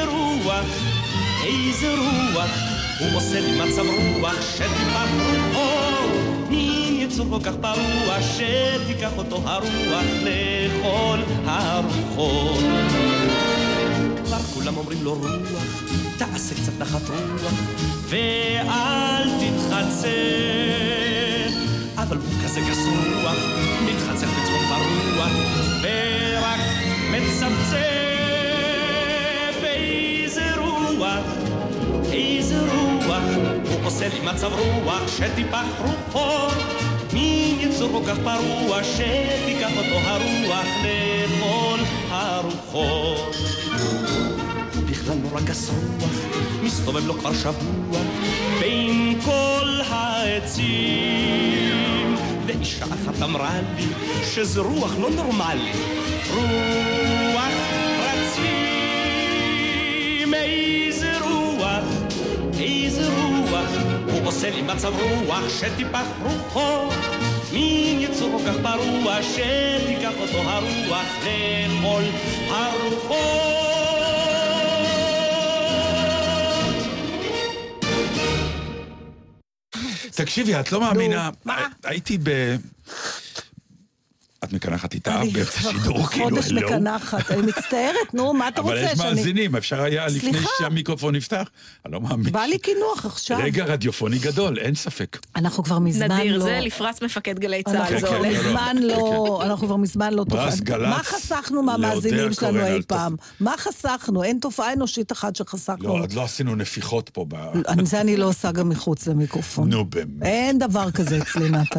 רוח, הוא עושה לי מצב רוח, שטיפת רוחו, מין יצור כל כך פרוע, שתיקח אותו הרוח לכל הרוחות. כבר כולם אומרים לו רוח, תעשה קצת נחת רוח, ואל תתחצה. אבל הוא כזה גס רוח, מתחצה בצחוק ברוח, ורק מצמצם. איזה רוח, הוא עושה לי מצב רוח, שטיפח רוחו, מין יצור כל כך פרוע, שתיקח אותו הרוח לכל הרוחות. בכלל נורא גס רוח, מסתובב לו כבר שבוע בין כל העצים, ואישה אחת אמרה לי שזה רוח לא נורמלי, רוח רצים. איזה רוח, הוא עושה לי מצב רוח, שטיפח רוחו, מין יצור כל כך פרוע, שתיקח אותו הרוח לכל הרוחות. תקשיבי, את לא מאמינה, הייתי את מקנחת איתה באמצע שידור, כאילו, חודש מקנחת, אני מצטערת, נו, מה אתה רוצה? אבל יש מאזינים, אפשר היה לפני שהמיקרופון נפתח, אני לא מאמין. בא לי כינוח עכשיו. רגע רדיופוני גדול, אין ספק. אנחנו כבר מזמן לא... נדיר, זה לפרץ מפקד גלי צהל, זה הולך. אנחנו כבר מזמן לא פרס גלץ. מה חסכנו מהמאזינים שלנו אי פעם? מה חסכנו? אין תופעה אנושית אחת שחסכנו. לא, עוד לא עשינו נפיחות פה. זה אני לא עושה גם מחוץ למיקרופון. נו, באמת. אין דבר כזה אצלי, נתן.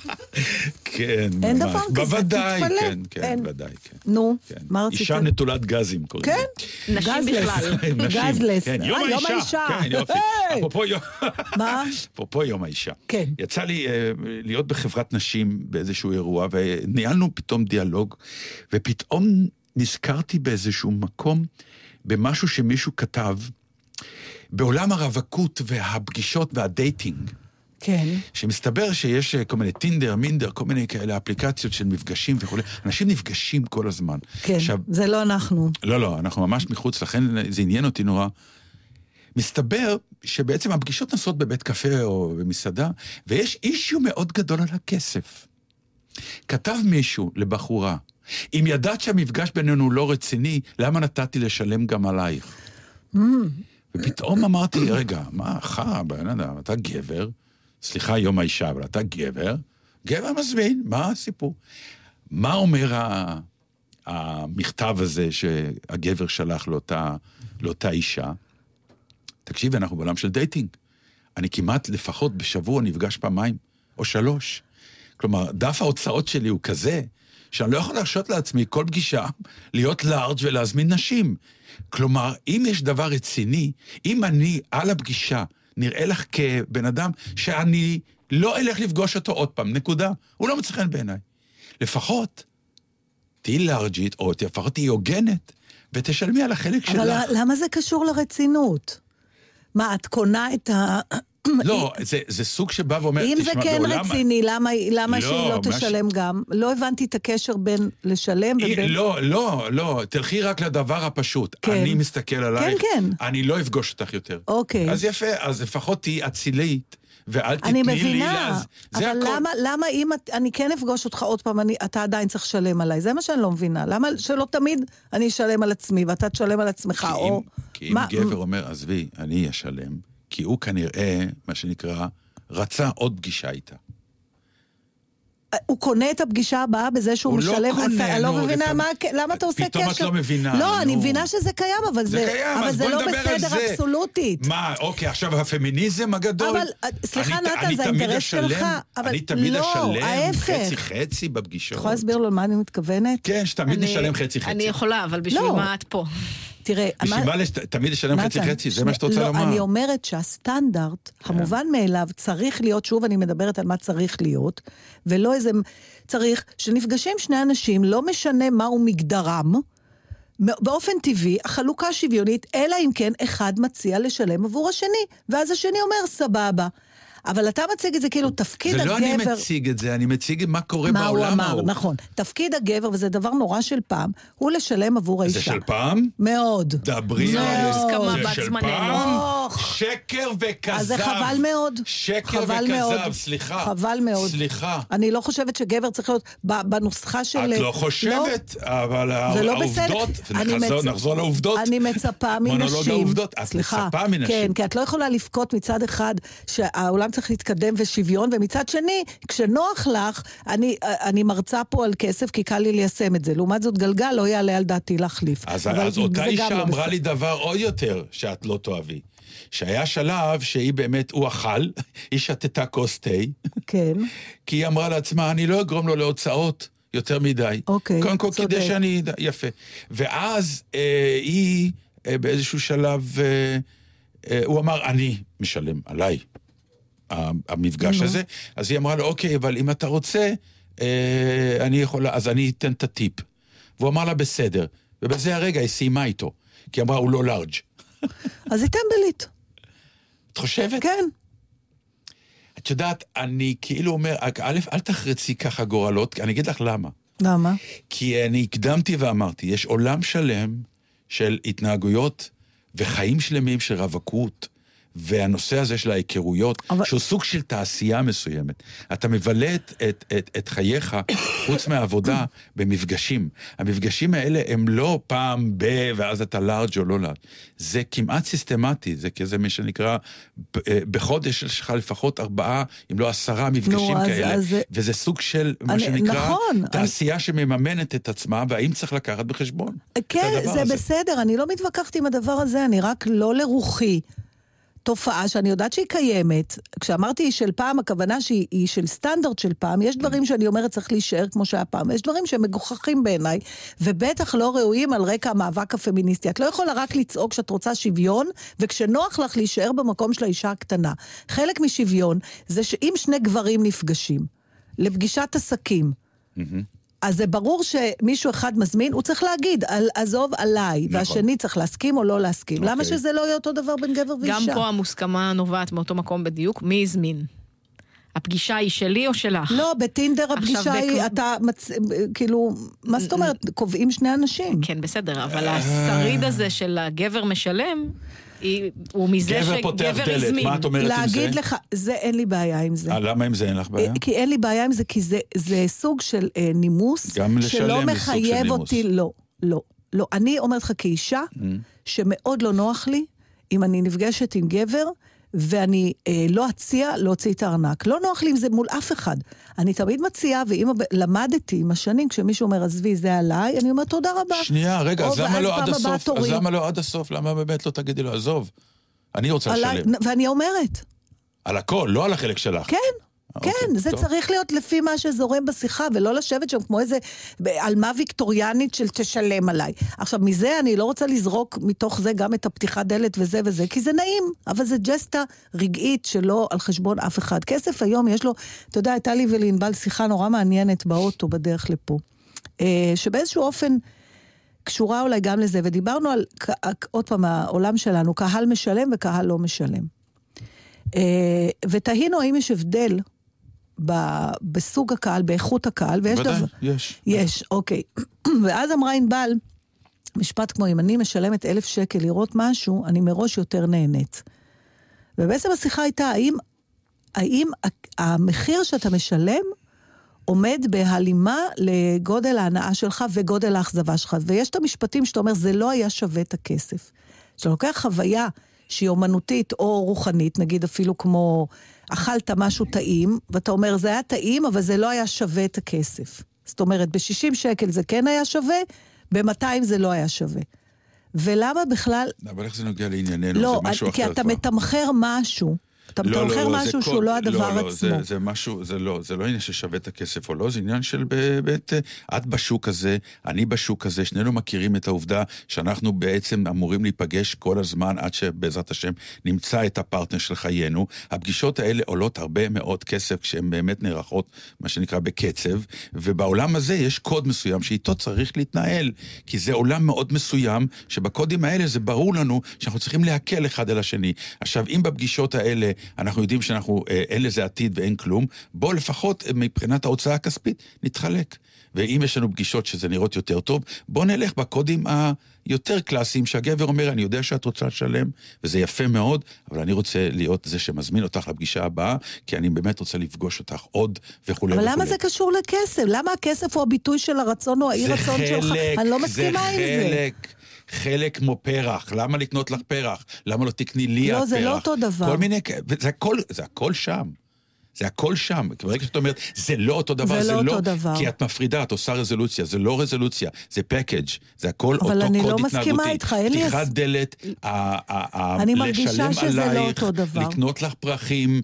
כן, ממש. אין דבר כזה, תתפלא. כן, ודאי, כן. נו, מה רצית? אישה נטולת גזים, קוראים. כן, נשים בכלל. גזלס. כן, יום האישה. כן, יופי. אפרופו יום... מה? אפרופו יום האישה. כן. יצא לי להיות בחברת נשים באיזשהו אירוע, וניהלנו פתאום דיאלוג, ופתאום נזכרתי באיזשהו מקום, במשהו שמישהו כתב, בעולם הרווקות והפגישות והדייטינג. כן. שמסתבר שיש כל מיני טינדר, מינדר, כל מיני כאלה אפליקציות של מפגשים וכו'. אנשים נפגשים כל הזמן. כן, עכשיו, זה לא אנחנו. לא, אנחנו ממש מחוץ, לכן זה עניין אותי נורא. מסתבר שבעצם הפגישות נעשות בבית קפה או במסעדה, ויש אישיו מאוד גדול על הכסף. כתב מישהו לבחורה, אם ידעת שהמפגש בינינו לא רציני, למה נתתי לשלם גם עלייך? ופתאום אמרתי, רגע, מה, בן אדם, אתה גבר, סליחה, יום האישה, אבל אתה גבר מזמין, מה הסיפור? מה אומר המכתב הזה שהגבר שלח לאותה אישה? תקשיב, אנחנו בעולם של דייטינג. אני כמעט לפחות בשבוע נפגש פעמיים או 3. כלומר, דף ההוצאות שלי הוא כזה, שאני לא יכול להרשות לעצמי כל פגישה להיות לארג' ולהזמין נשים. כלומר, אם יש דבר רציני, אם אני על הפגישה נראה לך כבן אדם שאני לא אלך לפגוש אותו עוד פעם, נקודה. הוא לא מצחן בעיניי. לפחות תהי לארג'ית, או לפחות תהי הוגנת, ותשלמי על החלק שלך. אבל למה זה קשור לרצינות? מה, את קונה את ה... לא, זה סוג שבא ואומר... אם זה כן רציני, למה שהיא לא תשלם גם? לא הבנתי את הקשר בין לשלם ובין... לא, תלכי רק לדבר הפשוט. אני מסתכל עלייך, אני לא אפגוש אותך יותר. אוקיי. אז יפה, אז לפחות תהי אצילית, ואל תתני לי... אני מבינה, אבל למה אם אני כן אפגוש אותך עוד פעם, אתה עדיין צריך לשלם עליי? זה מה שאני לא מבינה. למה שלא תמיד אני אשלם על עצמי, ואתה תשלם על עצמך, או... כי אם גבר אומר, עזבי, אני אשלם, כי הוא כנראה, מה שנקרא, רצה עוד פגישה איתה. הוא קונה את הפגישה הבאה בזה שהוא משלם... הוא לא קונה, אני לא מבינה למה אתה עושה קשר. פתאום את לא מבינה. לא, אני מבינה שזה קיים, אבל זה לא בסדר אבסולוטית. מה, אוקיי, עכשיו הפמיניזם הגדול? אבל, סליחה, נתן, זה האינטרס שלך. אני תמיד אשלם חצי-חצי בפגישות. אתה יכולה להסביר לו למה אני מתכוונת? כן, שתמיד נשלם חצי-חצי. אני יכולה, אבל בשביל מה את פה? תראה, תמיד לשלם חצי-חצי, זה מה שאתה רוצה לומר. אני אומרת שהסטנדרט, המובן מאליו, צריך להיות, שוב אני מדברת על מה צריך להיות, ולא איזה צריך, שנפגשים שני אנשים, לא משנה מהו מגדרם, באופן טבעי, החלוקה שוויונית, אלא אם כן אחד מציע לשלם עבור השני, ואז השני אומר, סבבה. אבל אתה מציג את זה כאילו תפקיד הגבר... זה לא אני מציג את זה, אני מציג מה קורה בעולם ההוא. נכון. תפקיד הגבר, וזה דבר נורא של פעם, הוא לשלם עבור האישה. זה של פעם? מאוד. דברי על זה. זה של פעם? שקר וכזב. אז זה חבל מאוד. שקר וכזב, סליחה. חבל מאוד. סליחה. אני לא חושבת שגבר צריך להיות בנוסחה של... את לא חושבת, אבל העובדות, נחזור לעובדות. אני מצפה מנשים. מונולוג העובדות. את מצפה מנשים. כן, כי את לא יכולה לבכות מצד אחד שהעולם צריך להתקדם ושוויון, ומצד שני, כשנוח לך, אני מרצה פה על כסף, כי קל לי ליישם את זה. לעומת זאת, גלגל לא יעלה על דעתי להחליף. אז אותה אישה אמרה לי דבר עוד יותר שאת לא תאהבי. שהיה שלב שהיא באמת, הוא אכל, היא שתתה כוס תה. כן. כי היא אמרה לעצמה, אני לא אגרום לו להוצאות יותר מדי. אוקיי, קודם כל, כדי שאני... יפה. ואז היא, באיזשהו שלב, הוא אמר, אני משלם עליי. המפגש הזה, אז היא אמרה לו, אוקיי, אבל אם אתה רוצה, אני יכולה, אז אני אתן את הטיפ. והוא אמר לה, בסדר. ובזה הרגע היא סיימה איתו, כי אמרה, הוא לא לארג'. אז היא טמבלית. את חושבת? כן. את יודעת, אני כאילו אומר, אל תחרצי ככה גורלות, אני אגיד לך למה. למה? כי אני הקדמתי ואמרתי, יש עולם שלם של התנהגויות וחיים שלמים של רווקות, והנושא הזה של ההיכרויות, שהוא סוג של תעשייה מסוימת. אתה מבלה את חייך, חוץ מהעבודה, במפגשים. המפגשים האלה הם לא פעם ואז אתה לארג' או לא לארג'. זה כמעט סיסטמטי, זה כזה מי שנקרא, בחודש שלך לפחות 4, אם לא 10 מפגשים כאלה, וזה סוג של מה שנקרא, תעשייה שמממנת את עצמה, והאם צריך לקחת בחשבון. כן, זה בסדר, אני לא מתווכחת עם הדבר הזה, אני רק לא לרוחי. תופעה שאני יודעת שהיא קיימת, כשאמרתי של פעם, הכוונה שהיא של סטנדרט של פעם, יש דברים שאני אומרת צריך להישאר כמו שהיה פעם, יש דברים שהם מגוחכים בעיניי, ובטח לא ראויים על רקע המאבק הפמיניסטי. את לא יכולה רק לצעוק שאת רוצה שוויון, וכשנוח לך להישאר במקום של האישה הקטנה. חלק משוויון זה שאם שני גברים נפגשים, לפגישת עסקים, אז זה ברור שמישהו אחד מזמין, הוא צריך להגיד, עזוב עליי, והשני צריך להסכים או לא להסכים. למה שזה לא יהיה אותו דבר בין גבר ואישה? גם פה המוסכמה נובעת מאותו מקום בדיוק, מי הזמין? הפגישה היא שלי או שלך? לא, בטינדר הפגישה היא, אתה, כאילו, מה זאת אומרת? קובעים שני אנשים. כן, בסדר, אבל השריד הזה של הגבר משלם, הוא מזה שגבר הזמין. מה את אומרת עם זה? להגיד לך, זה אין לי בעיה עם זה. למה עם זה אין לך בעיה? כי אין לי בעיה עם זה, כי זה סוג של נימוס, שלא מחייב אותי, לא. אני אומרת לך כאישה, שמאוד לא נוח לי, אם אני נפגשת עם גבר, ואני לא אציע להוציא את הארנק. לא נוח לי אם זה מול אף אחד. אני תמיד מציעה, ואם למדתי עם השנים, כשמישהו אומר, עזבי, זה עליי, אני אומרת, תודה רבה. שנייה, רגע, אז למה לא עד הסוף? אז למה לא עד הסוף? למה באמת לא תגידי לו, עזוב? אני רוצה לשלם. ואני אומרת. על הכל, לא על החלק שלך. כן. כן, זה צריך להיות לפי מה שזורם בשיחה, ולא לשבת שם כמו איזה אלמה ויקטוריאנית של תשלם עליי. עכשיו, מזה אני לא רוצה לזרוק מתוך זה גם את הפתיחת דלת וזה וזה, כי זה נעים, אבל זה ג'סטה רגעית שלא על חשבון אף אחד. כסף היום יש לו, אתה יודע, הייתה לי ולענבל שיחה נורא מעניינת באוטו בדרך לפה, שבאיזשהו אופן קשורה אולי גם לזה, ודיברנו על, עוד פעם, העולם שלנו, קהל משלם וקהל לא משלם. ותהינו האם יש הבדל בסוג הקהל, באיכות הקהל, ויש ודאי, דבר... יש, אוקיי. ואז אמרה ענבל, משפט כמו, אם אני משלמת 1,000 שקל לראות משהו, אני מראש יותר נהנית. ובעצם השיחה הייתה, האם המחיר שאתה משלם, עומד בהלימה לגודל ההנאה שלך וגודל האכזבה שלך. ויש את המשפטים שאתה אומר, זה לא היה שווה את הכסף. שאתה לוקח חוויה שהיא אומנותית או רוחנית, נגיד אפילו כמו אכלת משהו טעים, ואתה אומר, זה היה טעים, אבל זה לא היה שווה את הכסף. זאת אומרת, ב-60 שקל זה כן היה שווה, ב-200 זה לא היה שווה. ולמה בכלל... אבל איך זה נוגע לענייננו? לא, זה משהו אחר. כי אתה מתמחר משהו. אתה מתמחר משהו שהוא לא הדבר עצמו. זה משהו, זה לא עניין ששווה את הכסף או לא, זה עניין של באמת, את בשוק הזה, אני בשוק הזה, שנינו מכירים את העובדה שאנחנו בעצם אמורים להיפגש כל הזמן עד שבעזרת השם נמצא את הפרטנר של חיינו. הפגישות האלה עולות הרבה מאוד כסף כשהן באמת נערכות, מה שנקרא בקצב, ובעולם הזה יש קוד מסוים שאיתו צריך להתנהל, כי זה עולם מאוד מסוים, שבקודים האלה זה ברור לנו שאנחנו צריכים להקל אחד אל השני. עכשיו, אם בפגישות האלה אנחנו יודעים שאנחנו, אין לזה עתיד ואין כלום, בוא לפחות מבחינת ההוצאה הכספית נתחלק. ואם יש לנו פגישות שזה נראות יותר טוב, בוא נלך בקודים היותר קלאסיים שהגבר אומר, אני יודע שאת רוצה לשלם, וזה יפה מאוד, אבל אני רוצה להיות זה שמזמין אותך לפגישה הבאה, כי אני באמת רוצה לפגוש אותך עוד וכו'. אבל למה זה קשור לכסף? למה הכסף הוא הביטוי של הרצון או האי רצון שלך? אני לא מסכימה עם זה. חלק כמו פרח, למה לקנות לך פרח? למה לא תקני לי הפרח? לא, זה לא אותו דבר. כל מיני, זה הכל שם. זה הכל שם. ברגע שאת אומרת, זה לא אותו דבר, זה לא אותו דבר. כי את מפרידה, את עושה רזולוציה, זה לא רזולוציה, זה פקאג', זה הכל אותו קוד התנהגותי. התנהגותי. אבל אני לא מסכימה איתך, אין לי... פתיחת דלת, אני מרגישה שזה לא אותו דבר. לקנות לך פרחים,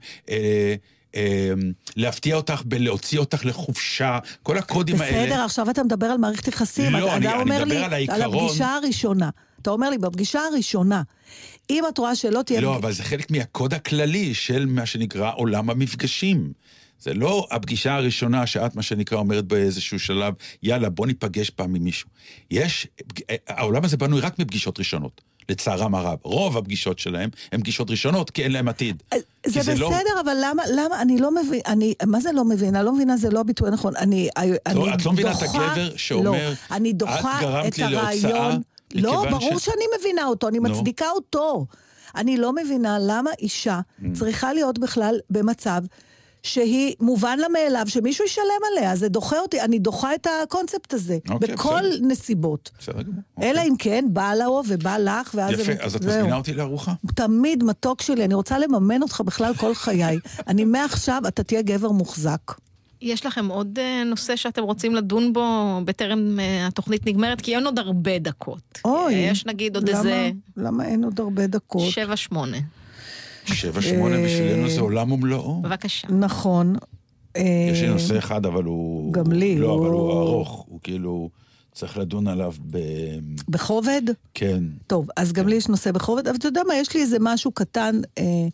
להפתיע אותך, להוציא אותך לחופשה, כל הקודים האלה. בסדר, עכשיו אתה מדבר על מערכת יחסים. לא, אני מדבר על העיקרון. על הפגישה הראשונה. אתה אומר לי, בפגישה הראשונה, אם את רואה שלא תהיה... לא, אבל זה חלק מהקוד הכללי של מה שנקרא עולם המפגשים. זה לא הפגישה הראשונה שאת מה שנקרא אומרת באיזשהו שלב, יאללה, בוא ניפגש פעם עם מישהו. העולם הזה בנוי רק מפגישות ראשונות. לצערם הרב. רוב הפגישות שלהם הן פגישות ראשונות, כי אין להם עתיד. זה בסדר, אבל למה, אני לא מבין, מה זה לא מבין? אני לא מבינה, זה לא הביטוי נכון. את לא מבינה את הגבר שאומר, אני דוחה את הרעיון. לא, ברור שאני מבינה אותו, אני מצדיקה אותו. אני לא מבינה למה אישה צריכה להיות בכלל במצב שהיא מובן לה מאליו, שמישהו ישלם עליה, זה דוחה אותי, אני דוחה את הקונספט הזה, בכל נסיבות. אלא אם כן, בא לו ובא לך, ואז... יפה, אז את מזמינה אותי לארוחה? תמיד מתוק שלי, אני רוצה לממן אותך בכלל כל חיי. אני מעכשיו, אתה תהיה גבר מוחזק. יש לכם עוד נושא שאתם רוצים לדון בו בטרם התוכנית נגמרת? כי אין עוד הרבה דקות. אוי. יש נגיד עוד איזה... למה אין עוד הרבה דקות? 7-8. 7-8 בשבילנו זה עולם ומלואו. בבקשה. נכון. יש לי נושא אחד, אבל הוא... גם לי. לא, אבל הוא ארוך. הוא כאילו... צריך לדון עליו בכובד? כן. טוב, אז גם לי יש נושא בכובד, אבל אתה יודע מה, יש לי איזה משהו קטן,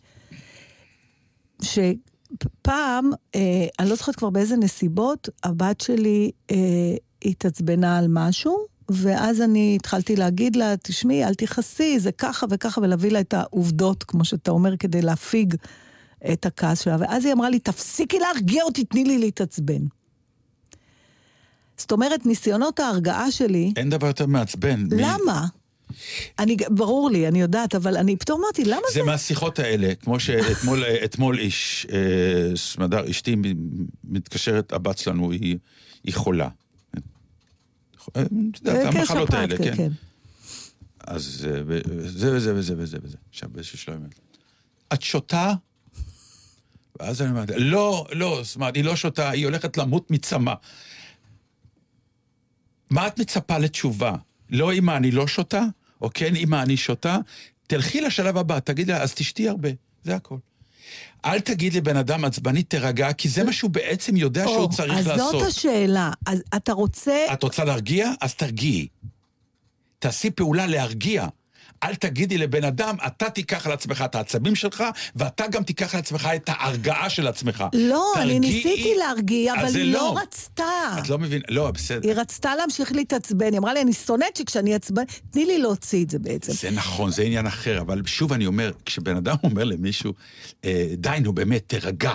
שפעם, אני לא זוכרת כבר באיזה נסיבות, הבת שלי התעצבנה על משהו, ואז אני התחלתי להגיד לה, תשמעי, אל תכעסי, זה ככה וככה, ולהביא לה את העובדות, כמו שאתה אומר, כדי להפיג את הכעס שלה. ואז היא אמרה לי, תפסיקי להרגיע אותי, תני לי להתעצבן. זאת אומרת, ניסיונות ההרגעה שלי... אין דבר יותר מעצבן. למה? ברור לי, אני יודעת, אבל אני פתאום אמרתי, למה זה? זה מהשיחות האלה, כמו שאתמול סמדר, אשתי מתקשרת, הבת שלנו, היא חולה. המחלות האלה, כן. אז זה וזה וזה וזה וזה. עכשיו, באיזשהו שלום. את שותה? ואז אני אומרת, לא, סמד, היא לא שותה, היא הולכת למות מצמא. מה את מצפה לתשובה? לא אמא, אני לא שותה? או כן, אמא, אני שותה? תלכי לשלב הבא, תגיד לה, אז תשתי הרבה. זה הכל. אל תגיד לבן אדם עצבני, תרגע, כי זה מה שהוא בעצם יודע שהוא צריך לעשות. אז זאת השאלה. אז אתה רוצה... את רוצה להרגיע? אז תרגיעי. תעשי פעולה להרגיע. אל תגידי לבן אדם, אתה תיקח על עצמך את העצבים שלך, ואתה גם תיקח על עצמך את ההרגעה של עצמך. לא, אני ניסיתי להרגיע, אבל היא לא רצתה. את לא מבינה, לא, בסדר. היא רצתה להמשיך להתעצבן, היא אמרה לי, אני שונאת שכשאני אצבן, תני לי להוציא את זה בעצם. זה נכון, זה עניין אחר, אבל שוב אני אומר, כשבן אדם אומר למישהו, די, נו באמת, תרגע.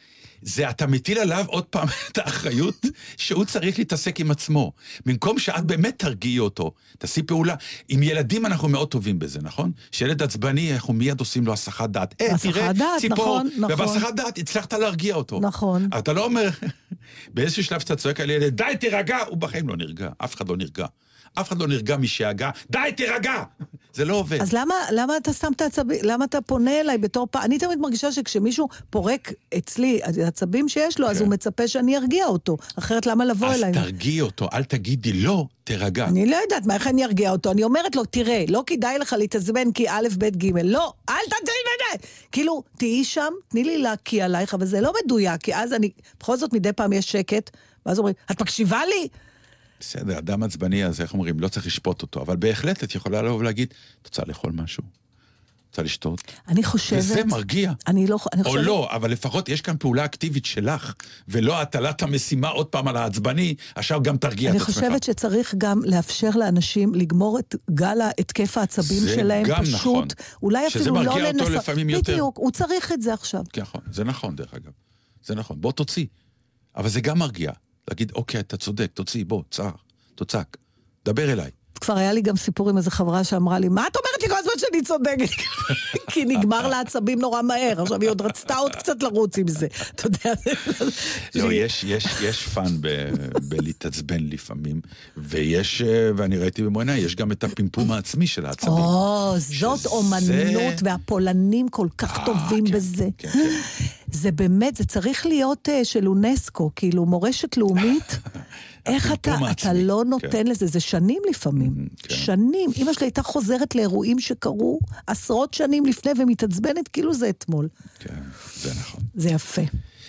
זה אתה מטיל עליו עוד פעם את האחריות שהוא צריך להתעסק עם עצמו. במקום שאת באמת תרגיעי אותו, תעשי פעולה. עם ילדים אנחנו מאוד טובים בזה, נכון? שילד עצבני, אנחנו מיד עושים לו הסחת דעת. תראה, ציפור, ובהסחת דעת הצלחת להרגיע אותו. נכון. אתה לא אומר, באיזשהו שלב שאתה צועק על ילד, די תירגע, הוא בחיים לא נרגע, אף אחד לא נרגע. אף אחד לא נרגע משאגה, די תירגע! זה לא עובד. אז למה אתה שם את העצבים, למה אתה פונה אליי בתור פעם? אני תמיד מרגישה שכשמישהו פורק אצלי העצבים שיש לו, אז הוא מצפה שאני ארגיע אותו. אחרת למה לבוא אליי? אז תרגיע אותו, אל תגידי לא, תירגע. אני לא יודעת מה, איך אני ארגיע אותו? אני אומרת לו, תראה, לא כדאי לך להתעצבן כי א', ב', ג', לא, אל תתעצבן. כאילו, תהי שם, תני לי להקיע עלייך, אבל זה לא מדויק, כי אז אני, בכל זאת מדי פעם יש שקט, ואז אומרים, את מקשיבה לי? בסדר, אדם עצבני, אז איך אומרים, לא צריך לשפוט אותו, אבל בהחלט את יכולה לבוא ולהגיד, את רוצה לאכול משהו? רוצה לשתות? אני חושבת... וזה מרגיע. אני חושבת... או לא, אבל לפחות יש כאן פעולה אקטיבית שלך, ולא הטלת המשימה עוד פעם על העצבני, עכשיו גם תרגיע את עצמך. אני חושבת שצריך גם לאפשר לאנשים לגמור את גל התקף העצבים שלהם, פשוט, נכון. אולי אפילו לא לנסות. שזה מרגיע אותו לפעמים יותר. בדיוק, הוא צריך את זה עכשיו. נכון, זה נכון דרך אגב. זה נכון, בוא תוציא. אבל זה גם מרגיע. להגיד, אוקיי, אתה צודק, תוציא, בוא, תוצק, דבר אליי. כבר היה לי גם סיפור עם איזו חברה שאמרה לי, מה את אומרת לי כל הזמן שאני צודקת? כי נגמר לעצבים נורא מהר, עכשיו היא עוד רצתה עוד קצת לרוץ עם זה, אתה יודע. לא, יש פן בלהתעצבן לפעמים, ואני ראיתי במועינה, יש גם את הפימפום העצמי של העצבים. זאת אומנות, והפולנים כל כך טובים בזה. זה באמת, זה צריך להיות של אונסקו, כאילו מורשת לאומית, איך אתה לא נותן לזה, זה שנים לפעמים, שנים. אמא שלי הייתה חוזרת לאירועים שקרו עשרות שנים לפני ומתעצבנת, כאילו זה אתמול. כן, זה נכון. זה יפה.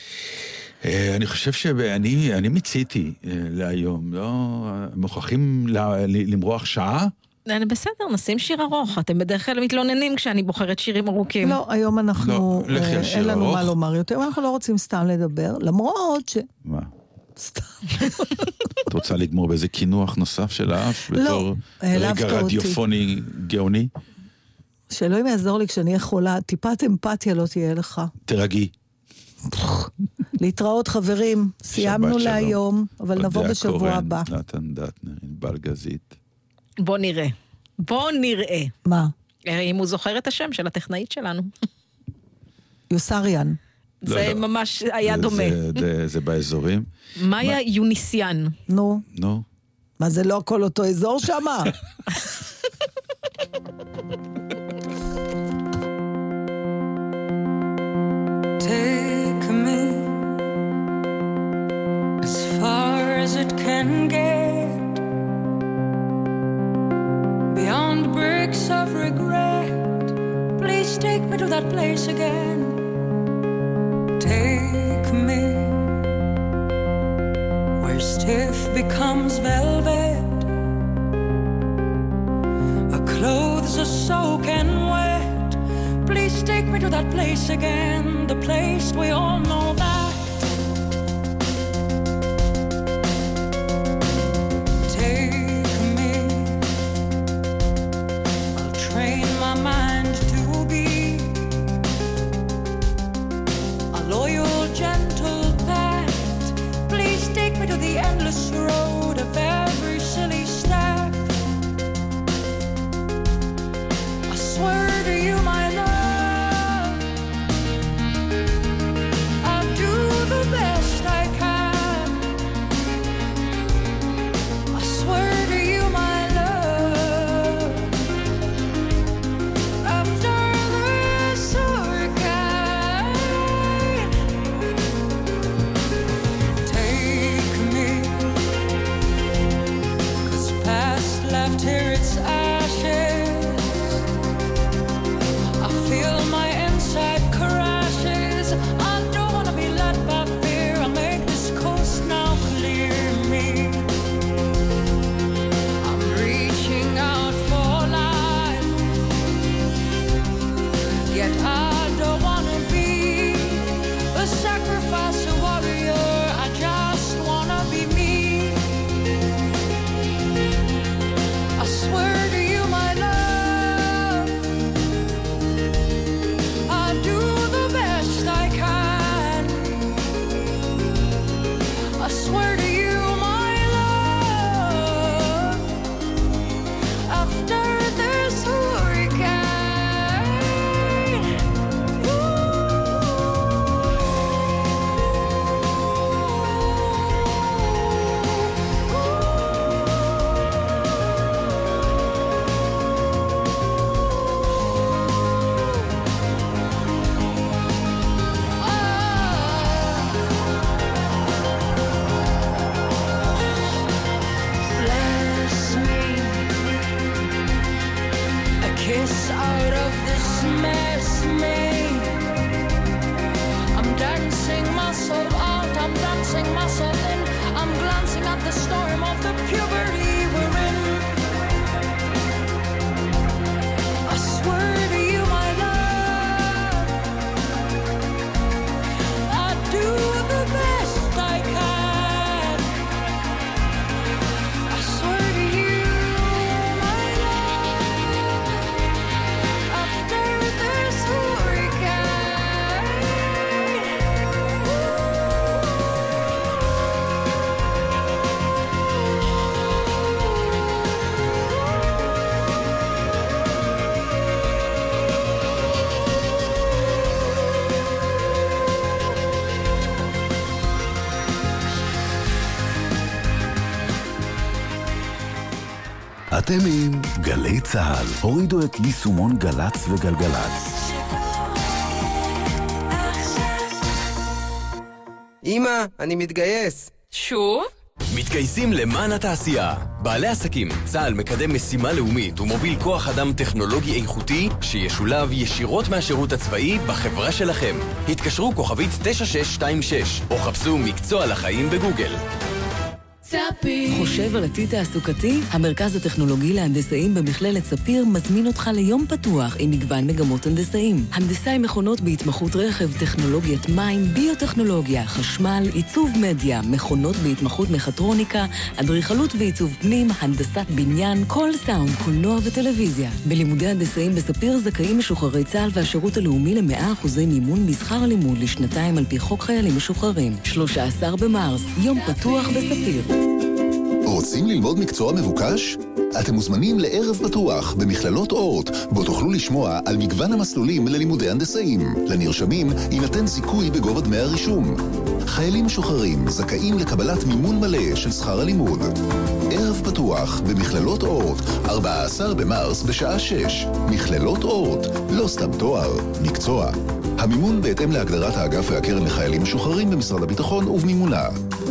אני חושב שאני מציתי להיום, לא? מוכרחים למרוח שעה? בסדר, נשים שיר ארוך. אתם בדרך כלל מתלוננים כשאני בוחרת שירים ארוכים. לא, היום אנחנו, אין לנו מה לומר יותר, אנחנו לא רוצים סתם לדבר, למרות ש... מה? סתם. את רוצה לגמור באיזה כינוח נוסף של האף? לא, רגע רדיופוני גאוני? שאלוהים יעזור לי כשאני יכולה, טיפת אמפתיה לא תהיה לך. תרגי. להתראות חברים, סיימנו להיום, אבל נבוא בשבוע הבא. נתן דטנר, ענבל גזית. בוא נראה. מה? אם הוא זוכר את השם של הטכנאית שלנו. יוסריאן. זה ממש היה דומה. זה באזורים. מאיה יוניסיאן. נו. מה, זה לא הכל אותו אזור שמה? Take me as far as it can get, beyond bricks of regret. Please take me to that place again. Take me where stiff becomes velvet, our clothes are soaking wet. Please take me to that place again, the place we all know that. Take me, I'll train my mind to be a loyal, gentle pet. Please take me to the endless road of every silly step. I swear to you, my love, אתם עם גלי צהל. הורידו את יישומון גלץ וגלגלץ. אמא, אני מתגייס. שוב? מתגייסים למען התעשייה. בעלי עסקים, צה"ל מקדם משימה לאומית ומוביל כוח אדם טכנולוגי איכותי שישולב ישירות מהשירות הצבאי בחברה שלכם. התקשרו כוכבית 9626 או חפשו מקצוע לחיים בגוגל. חושב על עתיד תעסוקתי? המרכז הטכנולוגי להנדסאים במכללת ספיר מזמין אותך ליום פתוח עם מגוון מגמות הנדסאים. הנדסאי מכונות בהתמחות רכב, טכנולוגיית מים, ביוטכנולוגיה, חשמל, עיצוב מדיה, מכונות בהתמחות מחטרוניקה, אדריכלות ועיצוב פנים, הנדסת בניין, קול סאונד, קולנוע וטלוויזיה. בלימודי הנדסאים בספיר זכאים משוחררי צה"ל והשירות הלאומי ל100% מימון משכר הלימוד לשנתיים על פי חוק חיילים משוחררים. 13 במרס, יום פתוח בספיר. רוצים ללמוד מקצוע מבוקש? אתם מוזמנים לערב פתוח במכללות אורט, בו תוכלו לשמוע על מגוון המסלולים ללימודי הנדסאים. לנרשמים יינתן זיכוי בגובה דמי הרישום. חיילים משוחררים זכאים לקבלת מימון מלא של שכר הלימוד. ערב פתוח במכללות אורט, 14 במרס בשעה 6. מכללות אורט, לא סתם תואר, מקצוע. המימון בהתאם להגדרת האגף והקרן לחיילים משוחררים במשרד הביטחון ובמימונה.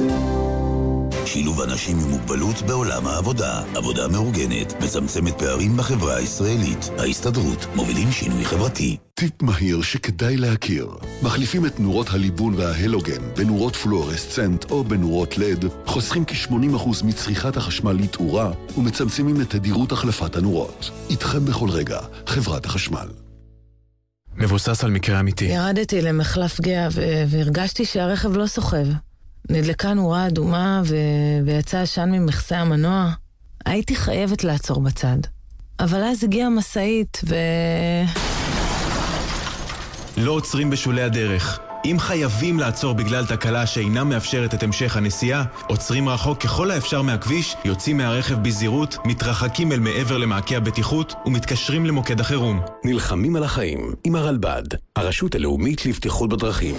שילוב אנשים עם מוגבלות בעולם העבודה. עבודה מאורגנת, מצמצמת פערים בחברה הישראלית. ההסתדרות, מובילים שינוי חברתי. טיפ מהיר שכדאי להכיר. מחליפים את נורות הליבון וההלוגן בנורות פלואורסצנט או בנורות לד, חוסכים כ-80% מצריכת החשמל לתאורה ומצמצמים את תדירות החלפת הנורות. איתכם בכל רגע, חברת החשמל. מבוסס על מקרה אמיתי. ירדתי למחלף גאה והרגשתי שהרכב לא סוחב. נדלקה נורה אדומה ויצא עשן ממכסה המנוע. הייתי חייבת לעצור בצד. אבל אז הגיעה משאית לא עוצרים בשולי הדרך. אם חייבים לעצור בגלל תקלה שאינה מאפשרת את המשך הנסיעה, עוצרים רחוק ככל האפשר מהכביש, יוצאים מהרכב בזהירות, מתרחקים אל מעבר למעקה הבטיחות ומתקשרים למוקד החירום. נלחמים על החיים עם הרלב"ד, הרשות הלאומית לבטיחות בדרכים.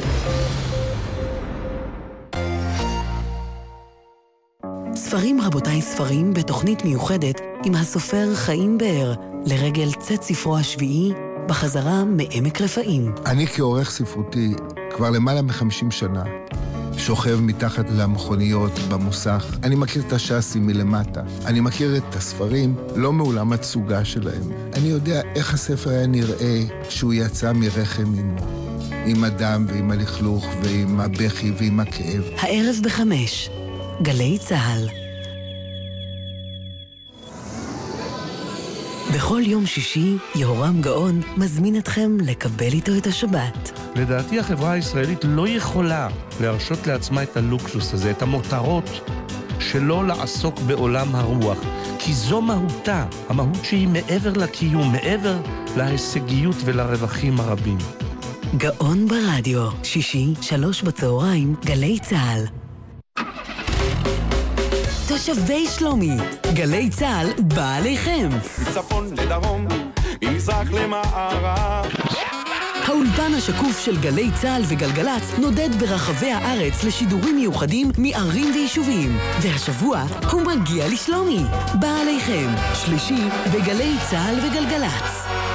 ספרים רבותיי ספרים בתוכנית מיוחדת עם הסופר חיים באר לרגל צאת ספרו השביעי בחזרה מעמק רפאים. אני כעורך ספרותי כבר למעלה מ-50 שנה שוכב מתחת למכוניות במוסך. אני מכיר את השאסים מלמטה. אני מכיר את הספרים לא מעולם התסוגה שלהם. אני יודע איך הספר היה נראה כשהוא יצא מרחם אמו. עם הדם ועם הלכלוך ועם הבכי ועם הכאב. הערב ב5, גלי צהל. בכל יום שישי, יהורם גאון מזמין אתכם לקבל איתו את השבת. לדעתי החברה הישראלית לא יכולה להרשות לעצמה את הלוקסוס הזה, את המותרות, שלא לעסוק בעולם הרוח. כי זו מהותה, המהות שהיא מעבר לקיום, מעבר להישגיות ולרווחים הרבים. גאון ברדיו, שישי, 15:00, גלי צהל. תושבי שלומי, גלי צהל בא עליכם. מצפון לדרום, ממזרח למערב. האולפן השקוף של גלי צהל וגלגלץ נודד ברחבי הארץ לשידורים מיוחדים מערים ויישובים. והשבוע הוא מגיע לשלומי. בא עליכם, שלישי בגלי צהל וגלגלץ.